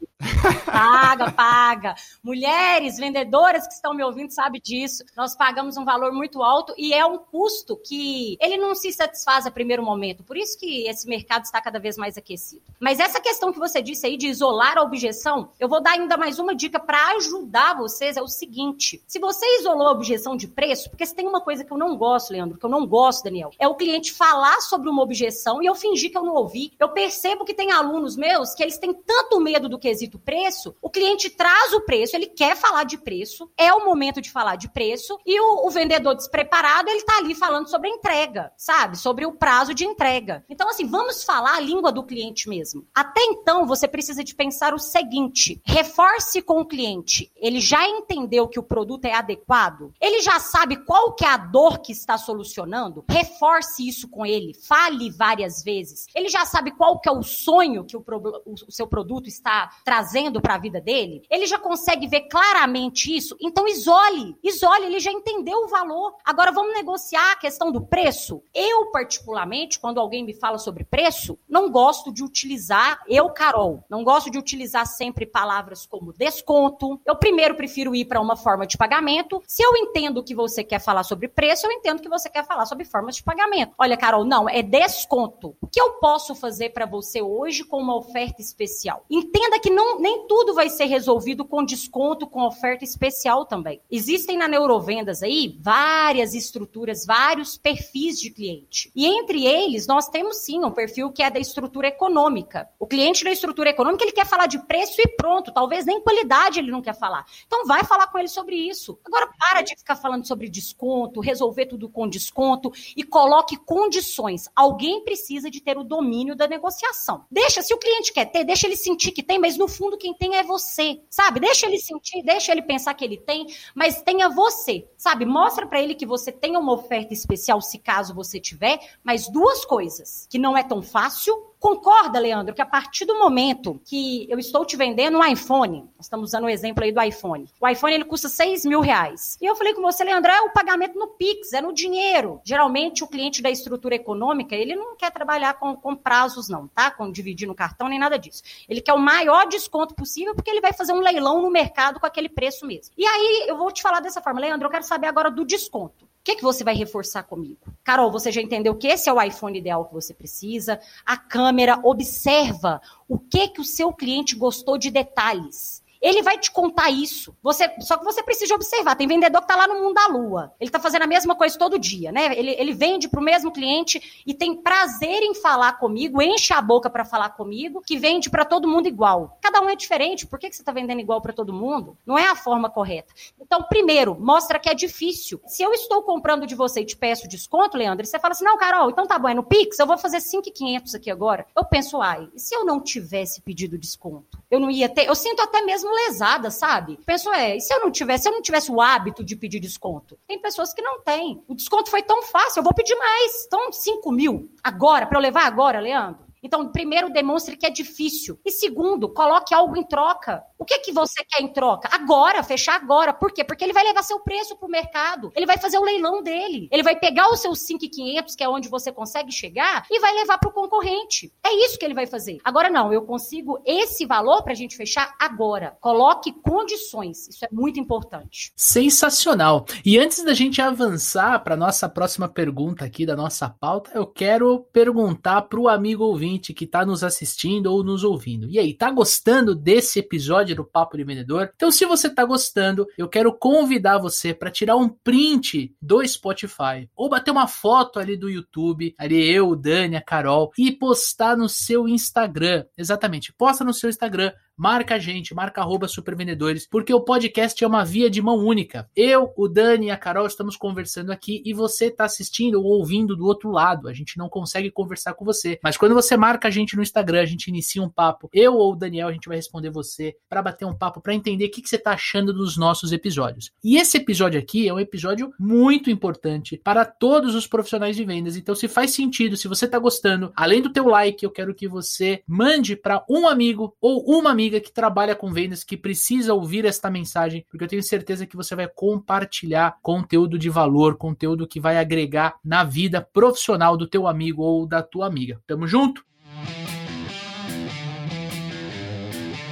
Paga, paga. Mulheres, vendedoras que estão me ouvindo sabem disso. Nós pagamos um valor muito alto e é um custo que ele não se satisfaz a primeiro momento. Por isso que esse mercado está cada vez mais aquecido. Mas essa questão que você disse aí de isolar a objeção, eu vou dar ainda mais uma dica para ajudar vocês, é o seguinte. Se você isolou a objeção de preço, porque se tem uma coisa que eu não gosto, Leandro, que eu não gosto, Daniel, é o cliente falar sobre uma objeção e eu fingir que eu não ouvi. Eu percebo que tem alunos meus que eles têm tanto medo do quesito preço, o cliente traz o preço, ele quer falar de preço, é o momento de falar de preço, e o, o vendedor despreparado, ele tá ali falando sobre a entrega, sabe? Sobre o prazo de entrega. Então, assim, vamos falar a língua do cliente mesmo. Até então, você precisa de pensar o seguinte, reforce com o cliente, ele já entendeu que o produto é adequado? Ele já sabe qual que é a dor que está solucionando? Reforce isso com ele, fale várias vezes. Ele já sabe qual que é o sonho que o, pro, o seu produto está trazendo para a vida dele? Ele já consegue ver claramente isso? Então isole, isole, ele já entendeu o valor. Agora vamos negociar a questão do preço? Eu, particularmente, quando alguém me fala sobre preço, não gosto de utilizar, eu, Carol, não gosto de utilizar sempre palavras como desconto. Eu primeiro prefiro ir para uma forma de pagamento. Se eu entendo que você quer falar sobre preço, eu entendo que você quer falar sobre formas de pagamento. Olha, Carol, não, é desconto. O que eu posso fazer para você hoje com uma oferta especial? Entenda que não, nem tudo vai ser resolvido com desconto, com oferta especial também. Existem na Neurovendas aí várias estruturas, vários perfis de cliente. E entre eles, nós temos sim um perfil que é da estrutura econômica. O cliente da estrutura econômica, ele quer falar de preço e pronto. Talvez nem qualidade ele não quer falar. Então vai falar com ele sobre isso. Agora para de ficar falando sobre desconto, resolver tudo com desconto e coloque condições. Alguém precisa de ter o domínio da negociação. Deixa, se o cliente quer ter, deixa ele sentir que tem, mas no fundo quem tem é você, sabe? Deixa ele sentir, deixa ele pensar que ele tem, mas tenha você, sabe? Mostra pra ele que você tem uma oferta especial, se caso você tiver, mas duas coisas, que não é tão fácil. Concorda, Leandro, que a partir do momento que eu estou te vendendo um iPhone, nós estamos usando o exemplo aí do iPhone, o iPhone ele custa seis mil reais. E eu falei com você, Leandro, é o pagamento no Pix, é no dinheiro. Geralmente o cliente da estrutura econômica, ele não quer trabalhar com, com prazos não, tá? Com dividir no cartão, nem nada disso. Ele quer o maior desconto possível porque ele vai fazer um leilão no mercado com aquele preço mesmo. E aí eu vou te falar dessa forma, Leandro, eu quero saber agora do desconto. O que, que você vai reforçar comigo? Carol, você já entendeu que esse é o iPhone ideal que você precisa? A câmera, observa o que, que o seu cliente gostou de detalhes. Ele vai te contar isso. Você, só que você precisa observar. Tem vendedor que está lá no mundo da lua. Ele está fazendo a mesma coisa todo dia, né? Ele, ele vende para o mesmo cliente e tem prazer em falar comigo, enche a boca para falar comigo, que vende para todo mundo igual. Cada um é diferente. Por que, que você está vendendo igual para todo mundo? Não é a forma correta. Então, primeiro, mostra que é difícil. Se eu estou comprando de você e te peço desconto, Leandro, e você fala assim, não, Carol, então tá bom, é no Pix, eu vou fazer cinco mil e quinhentos aqui agora. Eu penso, ai, e se eu não tivesse pedido desconto? Eu não ia ter, eu sinto até mesmo lesada, sabe? Penso, é, e se eu não tivesse, se eu não tivesse o hábito de pedir desconto? Tem pessoas que não têm. O desconto foi tão fácil, eu vou pedir mais. Então, cinco mil agora, para eu levar agora, Leandro? Então, primeiro, demonstre que é difícil. E segundo, coloque algo em troca. O que, que você quer em troca? Agora, fechar agora. Por quê? Porque ele vai levar seu preço pro mercado. Ele vai fazer o leilão dele. Ele vai pegar os seus cinco mil e quinhentos, que é onde você consegue chegar, e vai levar pro concorrente. É isso que ele vai fazer. Agora não, eu consigo esse valor pra gente fechar agora. Coloque condições. Isso é muito importante. Sensacional. E antes da gente avançar para nossa próxima pergunta aqui da nossa pauta, eu quero perguntar pro amigo ouvinte que está nos assistindo ou nos ouvindo. E aí, tá gostando desse episódio do Papo de Vendedor? Então, se você tá gostando, eu quero convidar você para tirar um print do Spotify ou bater uma foto ali do YouTube, ali eu, o Dani, a Carol, e postar no seu Instagram. Exatamente, posta no seu Instagram. Marca a gente, marca arroba supervendedores, porque o podcast é uma via de mão única. Eu, o Dani e a Carol estamos conversando aqui e você está assistindo ou ouvindo do outro lado. A gente não consegue conversar com você. Mas quando você marca a gente no Instagram, a gente inicia um papo. Eu ou o Daniel, a gente vai responder você para bater um papo, para entender o que, que você está achando dos nossos episódios. E esse episódio aqui é um episódio muito importante para todos os profissionais de vendas. Então, se faz sentido, se você está gostando, além do teu like, eu quero que você mande para um amigo ou uma amiga que trabalha com vendas, que precisa ouvir esta mensagem, porque eu tenho certeza que você vai compartilhar conteúdo de valor, conteúdo que vai agregar na vida profissional do teu amigo ou da tua amiga. Tamo junto?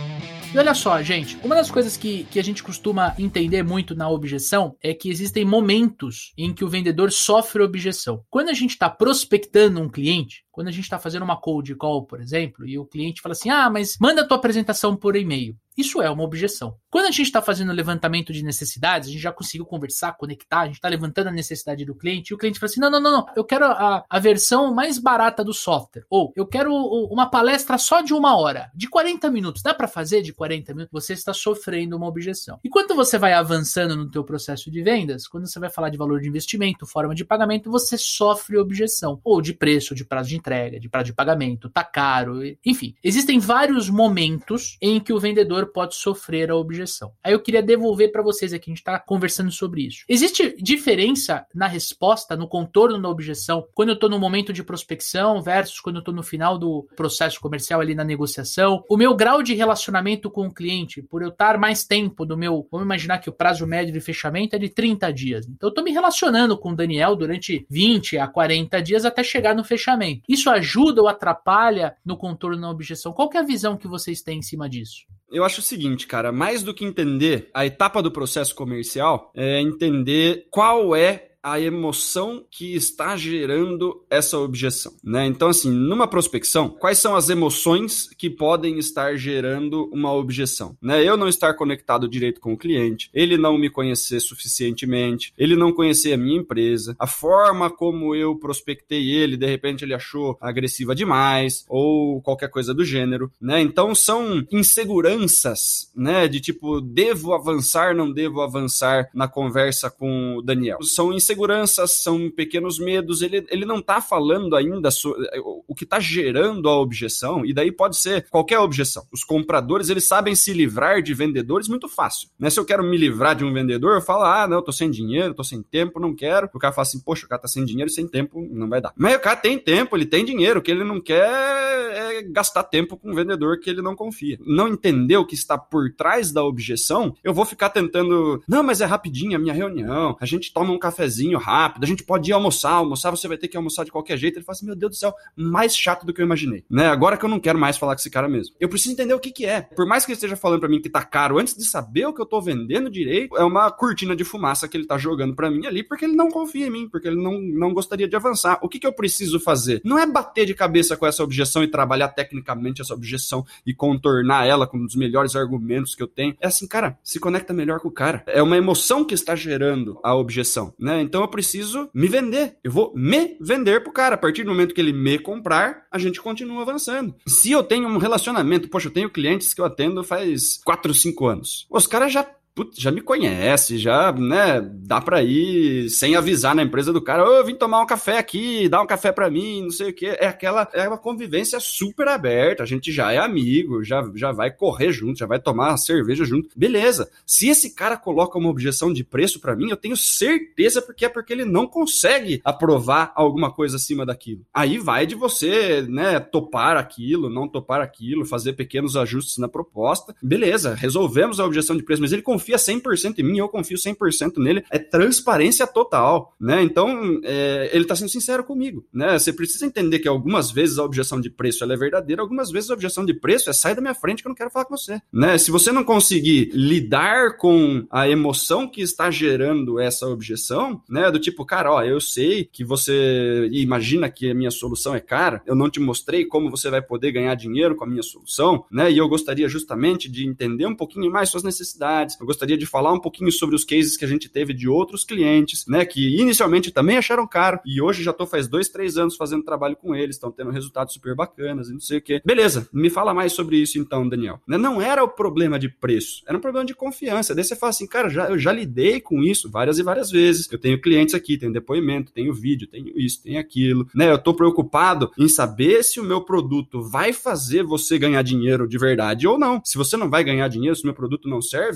E olha só, gente, uma das coisas que, que a gente costuma entender muito na objeção é que existem momentos em que o vendedor sofre objeção. Quando a gente está prospectando um cliente, quando a gente está fazendo uma cold call, por exemplo, e o cliente fala assim, ah, mas manda a tua apresentação por e-mail. Isso é uma objeção. Quando a gente está fazendo levantamento de necessidades, a gente já conseguiu conversar, conectar, a gente está levantando a necessidade do cliente, e o cliente fala assim, não, não, não, não, eu quero a, a versão mais barata do software. Ou, eu quero uma palestra só de uma hora, de quarenta minutos. Dá para fazer de quarenta minutos? Você está sofrendo uma objeção. E quando você vai avançando no teu processo de vendas, quando você vai falar de valor de investimento, forma de pagamento, você sofre objeção. Ou de preço, de prazo de entrega, de prazo de pagamento, tá caro, enfim. Existem vários momentos em que o vendedor pode sofrer a objeção. Aí eu queria devolver para vocês aqui, a gente está conversando sobre isso. Existe diferença na resposta, no contorno da objeção, quando eu estou no momento de prospecção versus quando eu estou no final do processo comercial ali na negociação? O meu grau de relacionamento com o cliente, por eu estar mais tempo do meu... Vamos imaginar que o prazo médio de fechamento é de trinta dias. Então eu estou me relacionando com o Daniel durante vinte a quarenta dias até chegar no fechamento. Isso ajuda ou atrapalha no contorno da objeção? Qual que é a visão que vocês têm em cima disso? Eu acho o seguinte, cara, mais do que entender a etapa do processo comercial, é entender qual é a emoção que está gerando essa objeção, né? Então, assim, numa prospecção, quais são as emoções que podem estar gerando uma objeção, né? Eu não estar conectado direito com o cliente, ele não me conhecer suficientemente, ele não conhecer a minha empresa, a forma como eu prospectei ele, de repente ele achou agressiva demais, ou qualquer coisa do gênero, né? Então, são inseguranças, né? De tipo, devo avançar, não devo avançar na conversa com o Daniel. São inseguranças Inseguranças, são pequenos medos, ele, ele não está falando ainda so, o que está gerando a objeção, e daí pode ser qualquer objeção. Os compradores, eles sabem se livrar de vendedores muito fácil, né? Se eu quero me livrar de um vendedor, eu falo, ah, não, eu tô sem dinheiro, tô sem tempo, não quero. O cara fala assim, poxa, o cara tá sem dinheiro e sem tempo não vai dar. Mas o cara tem tempo, ele tem dinheiro, o que ele não quer é gastar tempo com um vendedor que ele não confia. Não entender o que está por trás da objeção, eu vou ficar tentando, não, mas é rapidinho a minha reunião, a gente toma um cafezinho rápido, a gente pode ir almoçar, almoçar, você vai ter que almoçar de qualquer jeito. Ele fala assim, meu Deus do céu, mais chato do que eu imaginei, né? Agora que eu não quero mais falar com esse cara mesmo. Eu preciso entender o que que é. Por mais que ele esteja falando pra mim que tá caro, antes de saber o que eu tô vendendo direito, é uma cortina de fumaça que ele tá jogando pra mim ali, porque ele não confia em mim, porque ele não, não gostaria de avançar. O que que eu preciso fazer? Não é bater de cabeça com essa objeção e trabalhar tecnicamente essa objeção e contornar ela com um dos melhores argumentos que eu tenho. É assim, cara, se conecta melhor com o cara. É uma emoção que está gerando a objeção, né? Então eu preciso me vender. Eu vou me vender pro cara. A partir do momento que ele me comprar, a gente continua avançando. Se eu tenho um relacionamento, poxa, eu tenho clientes que eu atendo faz quatro, cinco anos. Os caras já Putz, já me conhece, já, né, dá pra ir sem avisar na empresa do cara, ô, eu vim tomar um café aqui, dá um café pra mim, não sei o quê. É aquela, é uma convivência super aberta, a gente já é amigo, já, já vai correr junto, já vai tomar cerveja junto. Beleza. Se esse cara coloca uma objeção de preço pra mim, eu tenho certeza porque é porque ele não consegue aprovar alguma coisa acima daquilo. Aí vai de você, né, topar aquilo, não topar aquilo, fazer pequenos ajustes na proposta. Beleza, resolvemos a objeção de preço, mas ele confia confia cem por cento em mim, eu confio cem por cento nele, é transparência total, né? Então, é, ele tá sendo sincero comigo, né? Você precisa entender que algumas vezes a objeção de preço ela é verdadeira, algumas vezes a objeção de preço é sai da minha frente que eu não quero falar com você, né? Se você não conseguir lidar com a emoção que está gerando essa objeção, né? Do tipo, cara, ó, eu sei que você imagina que a minha solução é cara, eu não te mostrei como você vai poder ganhar dinheiro com a minha solução, né? E eu gostaria justamente de entender um pouquinho mais suas necessidades, eu gostaria de falar um pouquinho sobre os cases que a gente teve de outros clientes, né, que inicialmente também acharam caro, e hoje já tô faz dois, três anos fazendo trabalho com eles, estão tendo resultados super bacanas e não sei o quê. Beleza, me fala mais sobre isso então, Daniel. Não era o problema de preço, era um problema de confiança. Daí você fala assim, cara, já, eu já lidei com isso várias e várias vezes, eu tenho clientes aqui, tenho depoimento, tenho vídeo, tenho isso, tenho aquilo, né, eu tô preocupado em saber se o meu produto vai fazer você ganhar dinheiro de verdade ou não. Se você não vai ganhar dinheiro, se o meu produto não serve, eu sou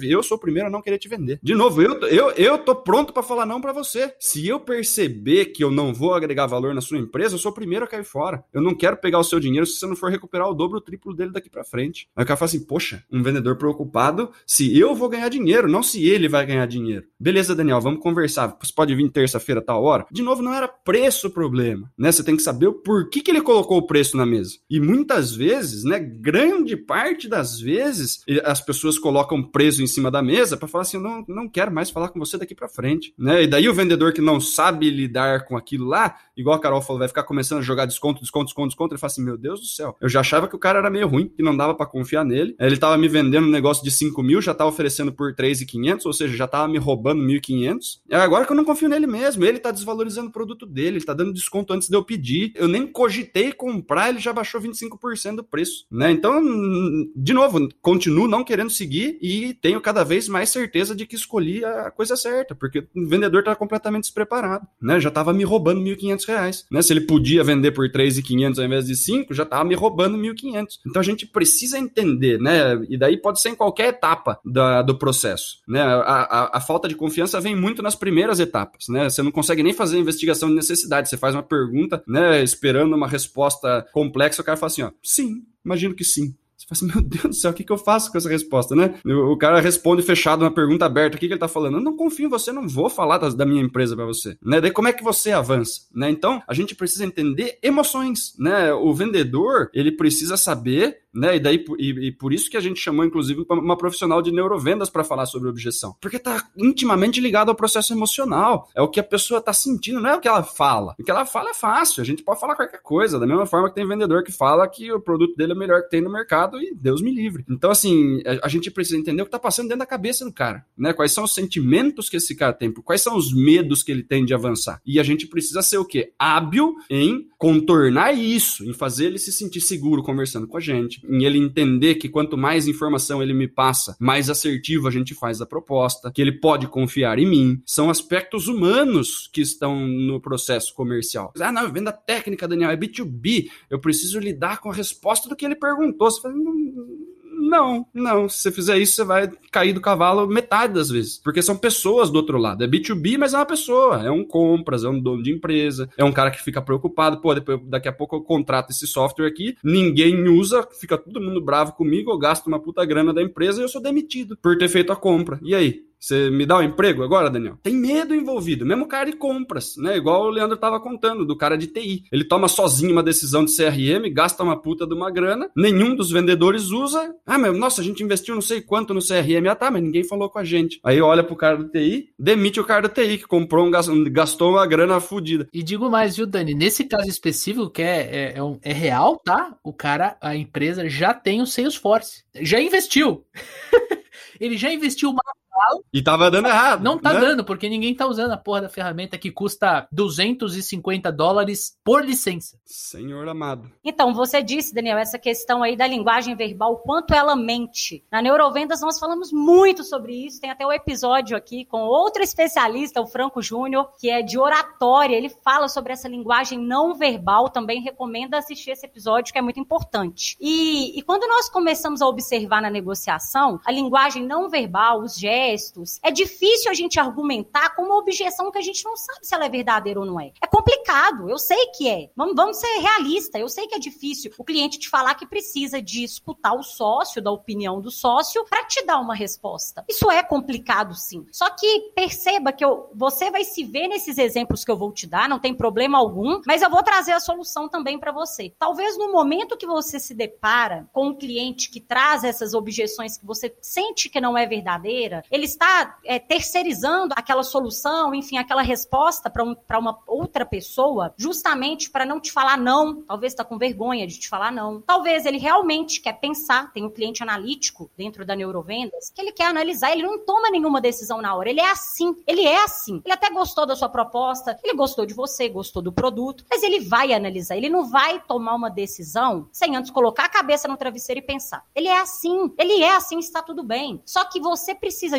primeiro a não querer te vender. De novo, eu, eu, eu tô pronto pra falar não pra você. Se eu perceber que eu não vou agregar valor na sua empresa, eu sou o primeiro a cair fora. Eu não quero pegar o seu dinheiro se você não for recuperar o dobro, o triplo dele daqui pra frente. Aí o cara fala assim, poxa, um vendedor preocupado se eu vou ganhar dinheiro, não se ele vai ganhar dinheiro. Beleza, Daniel, vamos conversar. Você pode vir terça-feira, tal hora? De novo, não era preço o problema, né? Você tem que saber o porquê que ele colocou o preço na mesa. E muitas vezes, né, grande parte das vezes, as pessoas colocam preço em cima da mesa pra falar assim, eu não, não quero mais falar com você daqui pra frente, né? E daí o vendedor que não sabe lidar com aquilo lá, igual a Carol falou, vai ficar começando a jogar desconto, desconto, desconto, desconto, ele fala assim, meu Deus do céu, eu já achava que o cara era meio ruim, que não dava pra confiar nele, ele tava me vendendo um negócio de cinco mil, já tava oferecendo por três mil e quinhentos, ou seja, já tava me roubando mil e quinhentos, é agora que eu não confio nele mesmo, ele tá desvalorizando o produto dele, ele tá dando desconto antes de eu pedir, eu nem cogitei comprar, ele já baixou vinte e cinco por cento do preço, né? Então, de novo, continuo não querendo seguir e tenho cada vez mais certeza de que escolhi a coisa certa, porque o vendedor tá completamente despreparado, né? Já tava me roubando mil e quinhentos reais, né? Se ele podia vender por três mil e quinhentos ao invés de cinco, já tava me roubando mil e quinhentos. Então a gente precisa entender, né? E daí pode ser em qualquer etapa da, do processo, né? A, a, a falta de confiança vem muito nas primeiras etapas, né? Você não consegue nem fazer investigação de necessidade, você faz uma pergunta, né? Esperando uma resposta complexa, o cara fala assim, ó, sim, imagino que sim. Você fala assim, meu Deus do céu, o que, que eu faço com essa resposta, né? O, o cara responde fechado uma pergunta aberta, o que, que ele tá falando? Eu não confio em você, não vou falar da, da minha empresa pra você, né? Daí como é que você avança, né? Então, a gente precisa entender emoções, né? O vendedor, ele precisa saber, né? E daí, e, e por isso que a gente chamou, inclusive, uma profissional de neurovendas para falar sobre objeção. Porque tá intimamente ligado ao processo emocional. É o que a pessoa tá sentindo, não é o que ela fala. O que ela fala é fácil, a gente pode falar qualquer coisa, da mesma forma que tem vendedor que fala que o produto dele é o melhor que tem no mercado e Deus me livre. Então, assim, a, a gente precisa entender o que tá passando dentro da cabeça do cara, né? Quais são os sentimentos que esse cara tem, quais são os medos que ele tem de avançar. E a gente precisa ser o quê? Hábil em contornar isso, em fazer ele se sentir seguro conversando com a gente, em ele entender que quanto mais informação ele me passa, mais assertivo a gente faz a proposta, que ele pode confiar em mim. São aspectos humanos que estão no processo comercial. Ah, não, venda técnica, Daniel, é B dois B. Eu preciso lidar com a resposta do que ele perguntou. Você fala, não, não. Se você fizer isso, você vai cair do cavalo metade das vezes. Porque são pessoas do outro lado. É B dois B, mas é uma pessoa. É um compras, é um dono de empresa, é um cara que fica preocupado. Pô, depois, daqui a pouco eu contrato esse software aqui, ninguém usa, fica todo mundo bravo comigo, eu gasto uma puta grana da empresa e eu sou demitido por ter feito a compra. E aí? Você me dá um emprego agora, Daniel? Tem medo envolvido, mesmo cara de compras, né? Igual o Leandro tava contando, do cara de T I. Ele toma sozinho uma decisão de C R M, gasta uma puta de uma grana, nenhum dos vendedores usa. Ah, mas nossa, a gente investiu não sei quanto no C R M. Ah, tá, mas ninguém falou com a gente. Aí olha pro cara do T I, demite o cara do T I, que comprou um, gastou uma grana fodida. E digo mais, viu, Dani? Nesse caso específico, que é, é, é, um, é real, tá? O cara, a empresa já tem o Salesforce. Já investiu. Ele já investiu uma e tava dando errado. Não tá né? dando, porque ninguém tá usando a porra da ferramenta que custa duzentos e cinquenta dólares por licença. Senhor amado. Então, você disse, Daniel, essa questão aí da linguagem verbal, o quanto ela mente. Na Neurovendas nós falamos muito sobre isso, tem até um episódio aqui com outro especialista, o Franco Júnior, que é de oratória, ele fala sobre essa linguagem não verbal, também recomenda assistir esse episódio, que é muito importante. E, e quando nós começamos a observar na negociação, a linguagem não verbal, os gestos, é difícil a gente argumentar com uma objeção que a gente não sabe se ela é verdadeira ou não é. É complicado, eu sei que é. Vamos, vamos ser realistas, eu sei que é difícil o cliente te falar que precisa de escutar o sócio, da opinião do sócio, para te dar uma resposta. Isso é complicado, sim. Só que perceba que eu, você vai se ver nesses exemplos que eu vou te dar, não tem problema algum, mas eu vou trazer a solução também para você. Talvez no momento que você se depara com um cliente que traz essas objeções que você sente que não é verdadeira, ele está é, terceirizando aquela solução, enfim, aquela resposta para um, para uma outra pessoa, justamente para não te falar não. Talvez está com vergonha de te falar não. Talvez ele realmente quer pensar, tem um cliente analítico dentro da Neurovendas, que ele quer analisar, ele não toma nenhuma decisão na hora, ele é assim, ele é assim. Ele até gostou da sua proposta, ele gostou de você, gostou do produto, mas ele vai analisar, ele não vai tomar uma decisão sem antes colocar a cabeça no travesseiro e pensar. Ele é assim, ele é assim, está tudo bem. Só que você precisa de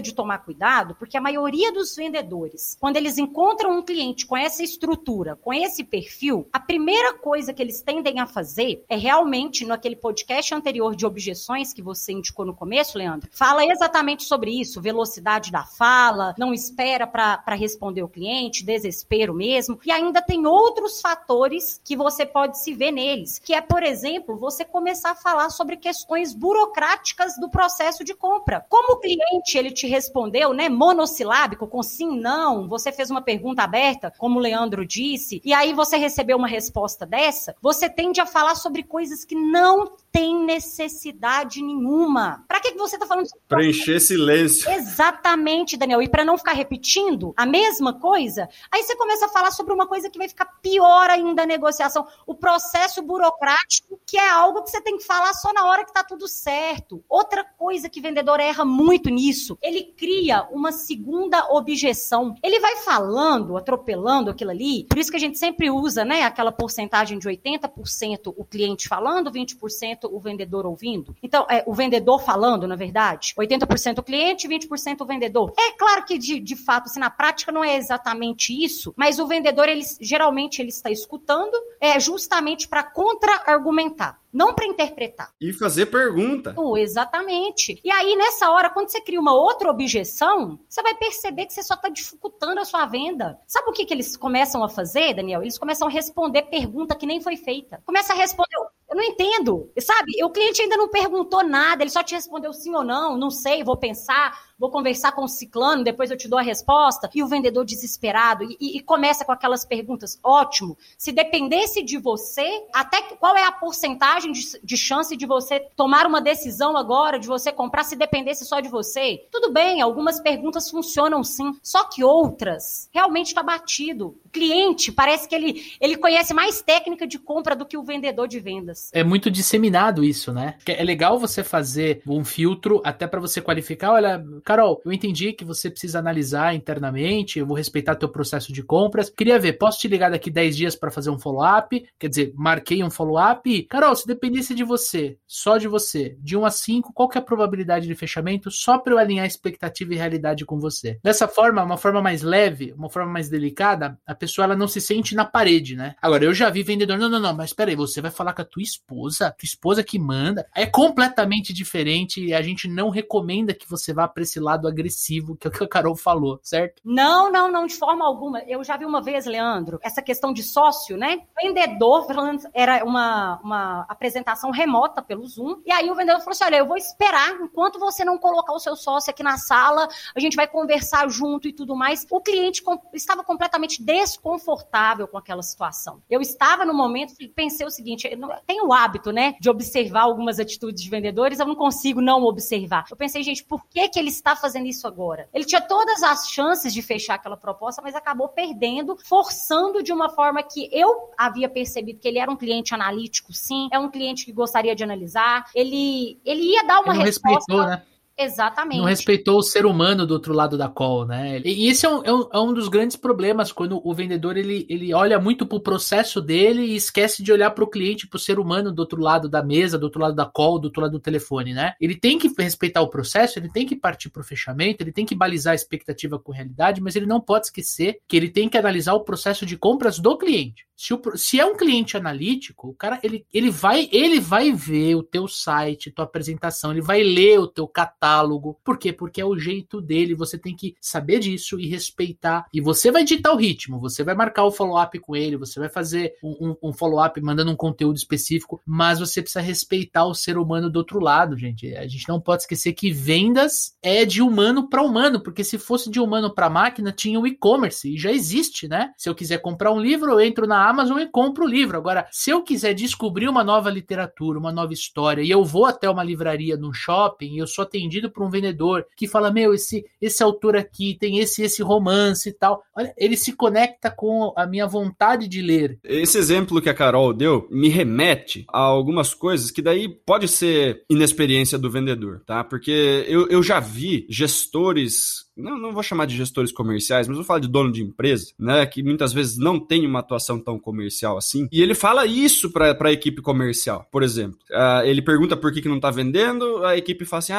de tomar cuidado, porque a maioria dos vendedores, quando eles encontram um cliente com essa estrutura, com esse perfil, a primeira coisa que eles tendem a fazer é realmente, naquele podcast anterior de objeções que você indicou no começo, Leandro, fala exatamente sobre isso, velocidade da fala, não espera para responder o cliente, desespero mesmo, e ainda tem outros fatores que você pode se ver neles, que é, por exemplo, você começar a falar sobre questões burocráticas do processo de compra. Como o cliente, ele te respondeu, né, monossilábico, com sim, não, você fez uma pergunta aberta, como o Leandro disse, e aí você recebeu uma resposta dessa, você tende a falar sobre coisas que não tem necessidade nenhuma. Para que, que você está falando? Preencher silêncio. Exatamente, Daniel. E para não ficar repetindo a mesma coisa, aí você começa a falar sobre uma coisa que vai ficar pior ainda a negociação. O processo burocrático, que é algo que você tem que falar só na hora que está tudo certo. Outra coisa que o vendedor erra muito nisso, ele cria uma segunda objeção. Ele vai falando, atropelando aquilo ali, por isso que a gente sempre usa, né, aquela porcentagem de oitenta por cento o cliente falando, vinte por cento o vendedor ouvindo. Então, é, o vendedor falando, na verdade, oitenta por cento o cliente, vinte por cento o vendedor. É claro que, de, de fato, assim, na prática não é exatamente isso, mas o vendedor, ele, geralmente, ele está escutando é, justamente para contra-argumentar. Não para interpretar. E fazer pergunta. Oh, exatamente. E aí, nessa hora, quando você cria uma outra objeção, você vai perceber que você só está dificultando a sua venda. Sabe o que, que eles começam a fazer, Daniel? Eles começam a responder pergunta que nem foi feita. Começa a responder... Eu não entendo, sabe? O cliente ainda não perguntou nada, ele só te respondeu sim ou não, não sei, vou pensar, vou conversar com o ciclano, depois eu te dou a resposta. E o vendedor desesperado, e, e, e começa com aquelas perguntas, ótimo, se dependesse de você, até qual é a porcentagem de, de chance de você tomar uma decisão agora, de você comprar, se dependesse só de você? Tudo bem, algumas perguntas funcionam sim, só que outras realmente está batido. O cliente parece que ele, ele conhece mais técnica de compra do que o vendedor de vendas. É muito disseminado isso, né? É legal você fazer um filtro até para você qualificar. Olha, Carol, eu entendi que você precisa analisar internamente, eu vou respeitar teu processo de compras. Queria ver, posso te ligar daqui dez dias para fazer um follow-up? Quer dizer, marquei um follow-up e, Carol, se dependesse de você, só de você, de um a cinco, qual que é a probabilidade de fechamento? Só para eu alinhar expectativa e realidade com você. Dessa forma, uma forma mais leve, uma forma mais delicada, a pessoa ela não se sente na parede, né? Agora, eu já vi vendedor, não, não, não, mas peraí, você vai falar com a tua esposa, tua esposa que manda, é completamente diferente e a gente não recomenda que você vá para esse lado agressivo, que é o que a Carol falou, certo? Não, não, não, de forma alguma. Eu já vi uma vez, Leandro, essa questão de sócio, né? O vendedor, era uma, uma apresentação remota pelo Zoom, e aí o vendedor falou assim, olha, eu vou esperar, enquanto você não colocar o seu sócio aqui na sala, a gente vai conversar junto e tudo mais. O cliente com, estava completamente desconfortável com aquela situação. Eu estava no momento e pensei o seguinte, eu tenho o hábito, né, de observar algumas atitudes de vendedores, eu não consigo não observar. Eu pensei, gente, por que que ele está fazendo isso agora? Ele tinha todas as chances de fechar aquela proposta, mas acabou perdendo, forçando de uma forma que eu havia percebido que ele era um cliente analítico, sim, é um cliente que gostaria de analisar, ele, ele ia dar uma ele não resposta... respeitou, né? Exatamente. Não respeitou o ser humano do outro lado da call, né? E esse é um, é um, é um dos grandes problemas quando o vendedor ele, ele olha muito pro processo dele e esquece de olhar pro cliente, pro ser humano do outro lado da mesa, do outro lado da call, do outro lado do telefone, né? Ele tem que respeitar o processo, ele tem que partir pro fechamento, ele tem que balizar a expectativa com a realidade, mas ele não pode esquecer que ele tem que analisar o processo de compras do cliente. Se, o, se é um cliente analítico, o cara ele, ele, vai, ele vai ver o teu site, tua apresentação, ele vai ler o teu catálogo. Por quê? Porque é o jeito dele, você tem que saber disso e respeitar. E você vai ditar o ritmo, você vai marcar o follow-up com ele, você vai fazer um, um, um follow-up mandando um conteúdo específico, mas você precisa respeitar o ser humano do outro lado, gente. A gente não pode esquecer que vendas é de humano para humano, porque se fosse de humano para máquina, tinha o e-commerce, e já existe, né? Se eu quiser comprar um livro, eu entro na Amazon e compro o livro. Agora, se eu quiser descobrir uma nova literatura, uma nova história, e eu vou até uma livraria num shopping, e eu sou atendido por um vendedor que fala, meu, esse, esse autor aqui tem esse esse romance e tal. Olha, ele se conecta com a minha vontade de ler. Esse exemplo que a Carol deu me remete a algumas coisas que daí pode ser inexperiência do vendedor, tá? Porque eu, eu já vi gestores... Não, não vou chamar de gestores comerciais, mas vou falar de dono de empresa, né, que muitas vezes não tem uma atuação tão comercial assim, e ele fala isso para a equipe comercial, por exemplo. Uh, ele pergunta por que, que não está vendendo, a equipe fala assim, ah, não,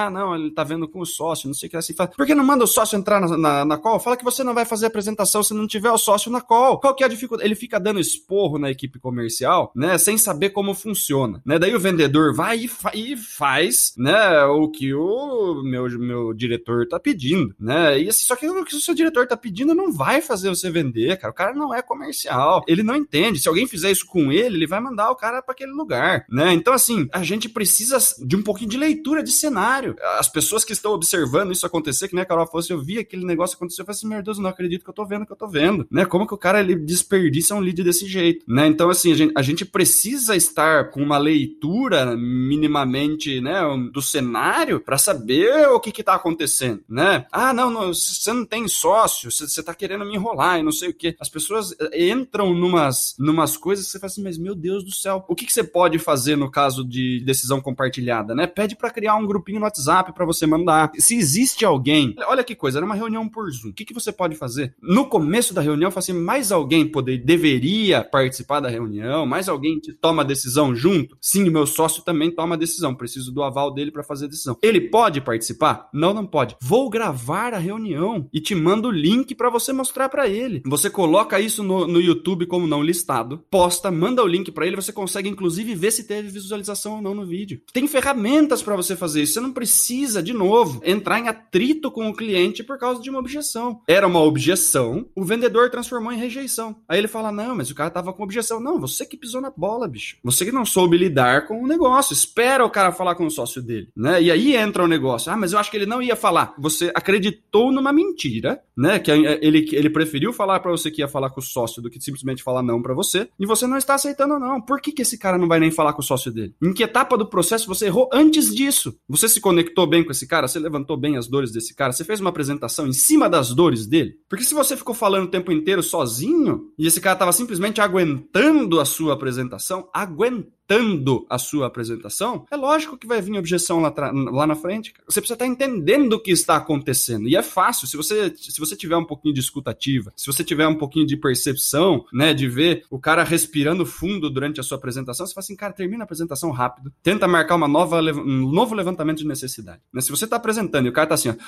ele tá vendo com o sócio, não sei o que assim. Fala, por que não manda o sócio entrar na, na, na call? Fala que você não vai fazer a apresentação se não tiver o sócio na call. Qual que é a dificuldade? Ele fica dando esporro na equipe comercial, né, sem saber como funciona, né? Daí o vendedor vai e, fa- e faz, né, o que o meu, meu diretor tá pedindo, né? E assim, só que o que o seu diretor tá pedindo não vai fazer você vender, cara. O cara não é comercial, ele não entende. Se alguém fizer isso com ele, ele vai mandar o cara para aquele lugar, né? Então, assim, a gente precisa de um pouquinho de leitura de cenário. As pessoas que estão observando isso acontecer, que nem a Carol falou, se eu vi aquele negócio acontecer, eu falei assim, meu Deus, eu não acredito que eu tô vendo o que eu tô vendo, né? Como que o cara, ele desperdiça um lead desse jeito, né? Então, assim, a gente, a gente precisa estar com uma leitura minimamente, né, do cenário para saber o que que tá acontecendo, né? Ah, não, não, você não tem sócio, você, você tá querendo me enrolar e não sei o quê. As pessoas entram numas, numas coisas que você fala assim, mas meu Deus do céu, o que que você pode fazer no caso de decisão compartilhada, né? Pede para criar um grupinho no WhatsApp para você mandar. Se existe alguém, olha que coisa, era uma reunião por Zoom, o que que você pode fazer? No começo da reunião, fala assim, mais alguém poder, deveria participar da reunião, mais alguém te toma a decisão junto? Sim, o meu sócio também toma a decisão, preciso do aval dele para fazer a decisão. Ele pode participar? Não, não pode. Vou gravar a reunião e te mando o link para você mostrar para ele. Você coloca isso no, no YouTube como não listado, posta, manda o link para ele, você consegue inclusive ver se teve visualização ou não no vídeo. Tem ferramentas para você fazer isso, você não precisa, de novo, entrar em atrito com o cliente por causa de uma objeção. Era uma objeção, o vendedor transformou em rejeição. Aí ele fala, não, mas o cara tava com objeção. Não, você que pisou na bola, bicho. Você que não soube lidar com o negócio. Espera o cara falar com o sócio dele, né? E aí entra o negócio. Ah, mas eu acho que ele não ia falar. Você acreditou numa mentira, né? Que ele, ele preferiu falar pra você que ia falar com o sócio do que simplesmente falar não pra você. E você não está aceitando não. Por que que esse cara não vai nem falar com o sócio dele? Em que etapa do processo você errou antes disso? Você se conectou bem com esse cara? Você levantou bem as dores desse cara? Você fez uma apresentação em cima das dores dele? Porque se você ficou falando o tempo inteiro sozinho e esse cara tava simplesmente aguentando a sua apresentação, aguentando a sua apresentação, é lógico que vai vir objeção lá, lá na frente. Cara. Você precisa estar entendendo o que está acontecendo. E é fácil, se você, se você tiver um pouquinho de escutativa, se você tiver um pouquinho de percepção, né, de ver o cara respirando fundo durante a sua apresentação, você fala assim, cara, termina a apresentação rápido, tenta marcar uma nova, um novo levantamento de necessidade. Né? Se você está apresentando e o cara tá assim, ó,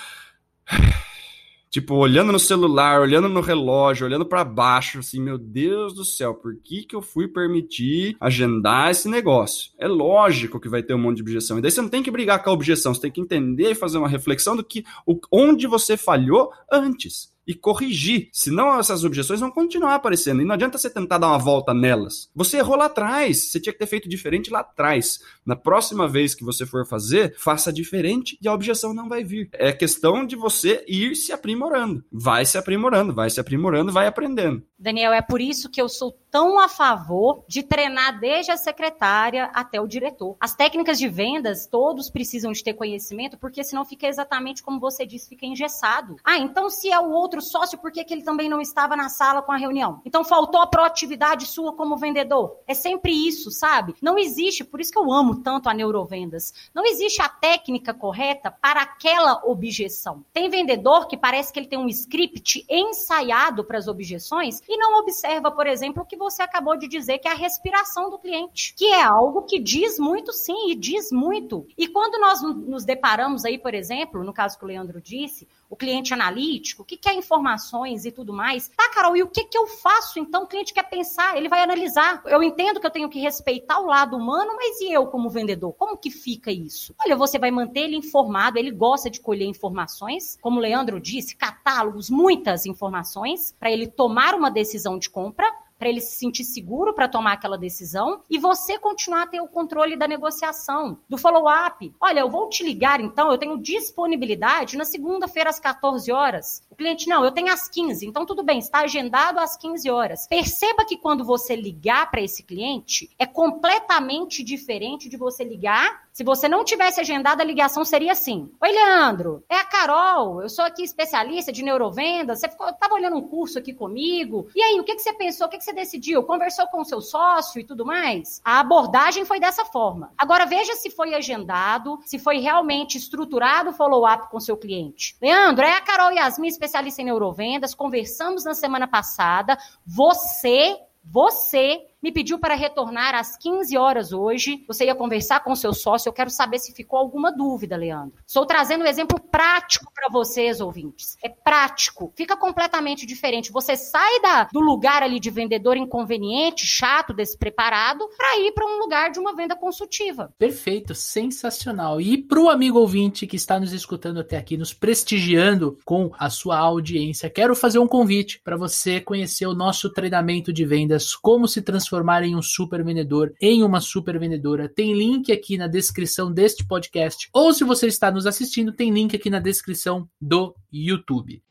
tipo, olhando no celular, olhando no relógio, olhando pra baixo, assim, meu Deus do céu, por que que eu fui permitir agendar esse negócio? É lógico que vai ter um monte de objeção. E daí você não tem que brigar com a objeção, você tem que entender e fazer uma reflexão do que, onde você falhou antes. E corrigir, senão essas objeções vão continuar aparecendo. E não adianta você tentar dar uma volta nelas. Você errou lá atrás, você tinha que ter feito diferente lá atrás. Na próxima vez que você for fazer, faça diferente e a objeção não vai vir. É questão de você ir se aprimorando. Vai se aprimorando, vai se aprimorando, vai aprendendo. Daniel, é por isso que eu sou tão a favor de treinar desde a secretária até o diretor. As técnicas de vendas, todos precisam de ter conhecimento, porque senão fica exatamente como você disse, fica engessado. Ah, então se é o outro sócio, por que que ele também não estava na sala com a reunião? Então faltou a proatividade sua como vendedor. É sempre isso, sabe? Não existe, por isso que eu amo tanto a neurovendas, não existe a técnica correta para aquela objeção. Tem vendedor que parece que ele tem um script ensaiado para as objeções e não observa, por exemplo, o que você acabou de dizer, que é a respiração do cliente, que é algo que diz muito, sim, e diz muito. E quando nós nos deparamos aí, por exemplo, no caso que o Leandro disse, o cliente analítico, que quer informações e tudo mais. Tá, Carol, e o que que eu faço? Então, o cliente quer pensar, ele vai analisar. Eu entendo que eu tenho que respeitar o lado humano, mas e eu como vendedor? Como que fica isso? Olha, você vai manter ele informado, ele gosta de colher informações, como o Leandro disse, catálogos, muitas informações, para ele tomar uma decisão de compra, para ele se sentir seguro para tomar aquela decisão e você continuar a ter o controle da negociação, do follow-up. Olha, eu vou te ligar então, eu tenho disponibilidade na segunda-feira às quatorze horas. O cliente, não, eu tenho às quinze, então tudo bem, está agendado às quinze horas. Perceba que quando você ligar para esse cliente, é completamente diferente de você ligar. Se você não tivesse agendado, a ligação seria assim. Oi, Leandro, é a Carol, eu sou aqui especialista de neurovendas, você estava olhando um curso aqui comigo, e aí, o que, que você pensou, o que, que você decidiu? Conversou com o seu sócio e tudo mais? A abordagem foi dessa forma. Agora, veja se foi agendado, se foi realmente estruturado o follow-up com o seu cliente. Leandro, é a Carol Yasmin, especialista em neurovendas, conversamos na semana passada, você, você... me pediu para retornar às quinze horas hoje. Você ia conversar com o seu sócio, eu quero saber se ficou alguma dúvida, Leandro. Estou trazendo um exemplo prático para vocês, ouvintes. É prático, fica completamente diferente. Você sai da, do lugar ali de vendedor inconveniente, chato, despreparado, para ir para um lugar de uma venda consultiva. Perfeito, sensacional. E para o amigo ouvinte que está nos escutando até aqui, nos prestigiando com a sua audiência, quero fazer um convite para você conhecer o nosso treinamento de vendas, como se transformar em um super vendedor, em uma super vendedora. Tem link aqui na descrição deste podcast, ou se você está nos assistindo, tem link aqui na descrição do YouTube.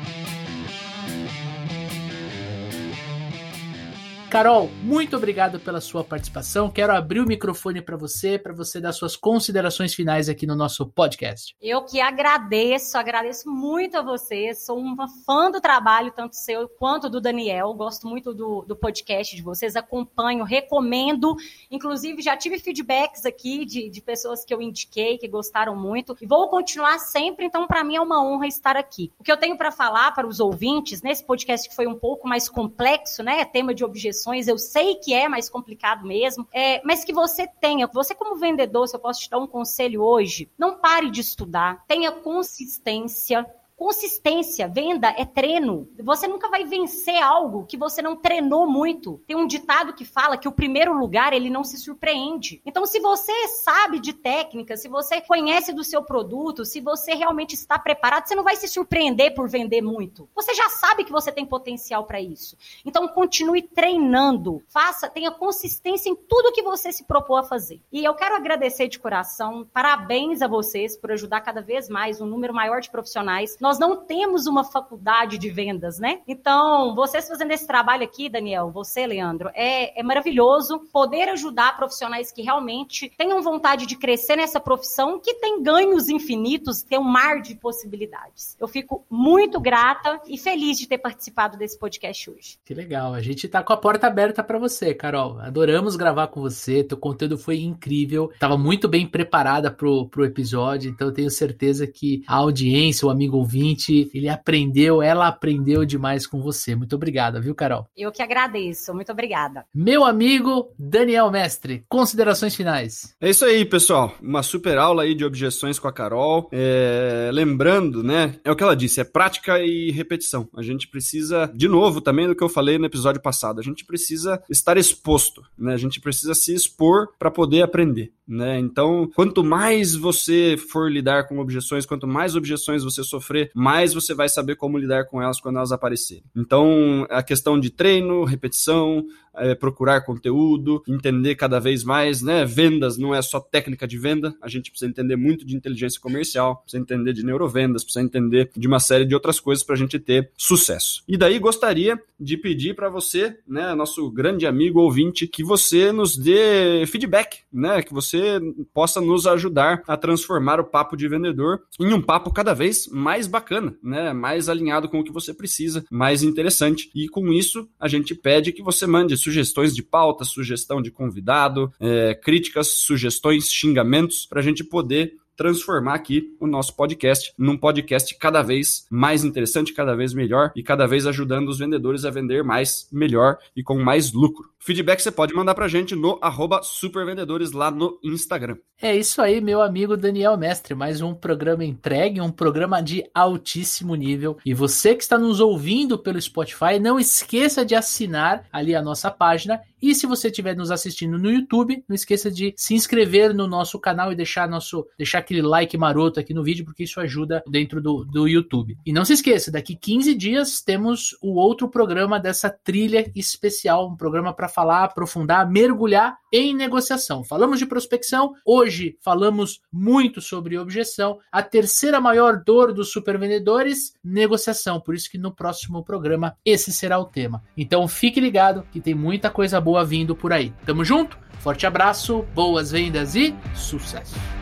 Carol, muito obrigado pela sua participação. Quero abrir o microfone para você, para você dar suas considerações finais aqui no nosso podcast. Eu que agradeço, agradeço muito a vocês. Sou uma fã do trabalho, tanto seu quanto do Daniel. Gosto muito do, do podcast de vocês, acompanho, recomendo. Inclusive, já tive feedbacks aqui de, de pessoas que eu indiquei, que gostaram muito. E vou continuar sempre, então, para mim é uma honra estar aqui. O que eu tenho para falar para os ouvintes, nesse podcast que foi um pouco mais complexo, né? Tema de objeção. Eu sei que é mais complicado mesmo, é, mas que você tenha, você como vendedor, se eu posso te dar um conselho hoje, não pare de estudar, tenha consistência. Consistência, venda é treino. Você nunca vai vencer algo que você não treinou muito. Tem um ditado que fala que o primeiro lugar, ele não se surpreende. Então, se você sabe de técnica, se você conhece do seu produto, se você realmente está preparado, você não vai se surpreender por vender muito. Você já sabe que você tem potencial para isso. Então, continue treinando. Faça, tenha consistência em tudo que você se propôs a fazer. E eu quero agradecer de coração, parabéns a vocês por ajudar cada vez mais um número maior de profissionais. Nós não temos uma faculdade de vendas, né? Então, vocês fazendo esse trabalho aqui, Daniel, você, Leandro, é, é maravilhoso poder ajudar profissionais que realmente tenham vontade de crescer nessa profissão, que tem ganhos infinitos, tem um mar de possibilidades. Eu fico muito grata e feliz de ter participado desse podcast hoje. Que legal, a gente tá com a porta aberta para você, Carol. Adoramos gravar com você, teu conteúdo foi incrível, tava muito bem preparada pro, pro episódio, então eu tenho certeza que a audiência, o amigo ouvinte, ele aprendeu, ela aprendeu demais com você. Muito obrigada, viu, Carol? Eu que agradeço, muito obrigada. Meu amigo Daniel Mestre, considerações finais. É isso aí, pessoal. Uma super aula aí de objeções com a Carol. É... Lembrando, né, é o que ela disse, é prática e repetição. A gente precisa, de novo, também do que eu falei no episódio passado, a gente precisa estar exposto, né? A gente precisa se expor para poder aprender, né? Então, quanto mais você for lidar com objeções, quanto mais objeções você sofrer, mais você vai saber como lidar com elas quando elas aparecerem. Então, a questão de treino, repetição, é, procurar conteúdo, entender cada vez mais, né? Vendas não é só técnica de venda, a gente precisa entender muito de inteligência comercial, precisa entender de neurovendas, precisa entender de uma série de outras coisas para a gente ter sucesso. E daí gostaria de pedir para você, né, nosso grande amigo ouvinte, que você nos dê feedback, né? Que você possa nos ajudar a transformar o papo de vendedor em um papo cada vez mais bacana, né? Mais alinhado com o que você precisa, mais interessante. E com isso, a gente pede que você mande sugestões de pauta, sugestão de convidado, é, críticas, sugestões, xingamentos, para a gente poder transformar aqui o nosso podcast num podcast cada vez mais interessante, cada vez melhor e cada vez ajudando os vendedores a vender mais, melhor e com mais lucro. Feedback você pode mandar pra gente no arroba supervendedores lá no Instagram. É isso aí, meu amigo Daniel Mestre, mais um programa entregue, um programa de altíssimo nível. E você que está nos ouvindo pelo Spotify, não esqueça de assinar ali a nossa página. E se você estiver nos assistindo no YouTube, não esqueça de se inscrever no nosso canal e deixar, nosso, deixar aquele like maroto aqui no vídeo, porque isso ajuda dentro do, do YouTube. E não se esqueça, daqui quinze dias temos o outro programa dessa trilha especial, um programa para falar, aprofundar, mergulhar em negociação. Falamos de prospecção, hoje falamos muito sobre objeção. A terceira maior dor dos supervendedores, negociação. Por isso que no próximo programa esse será o tema. Então fique ligado que tem muita coisa boa vindo por aí. Tamo junto? Forte abraço, boas vendas e sucesso!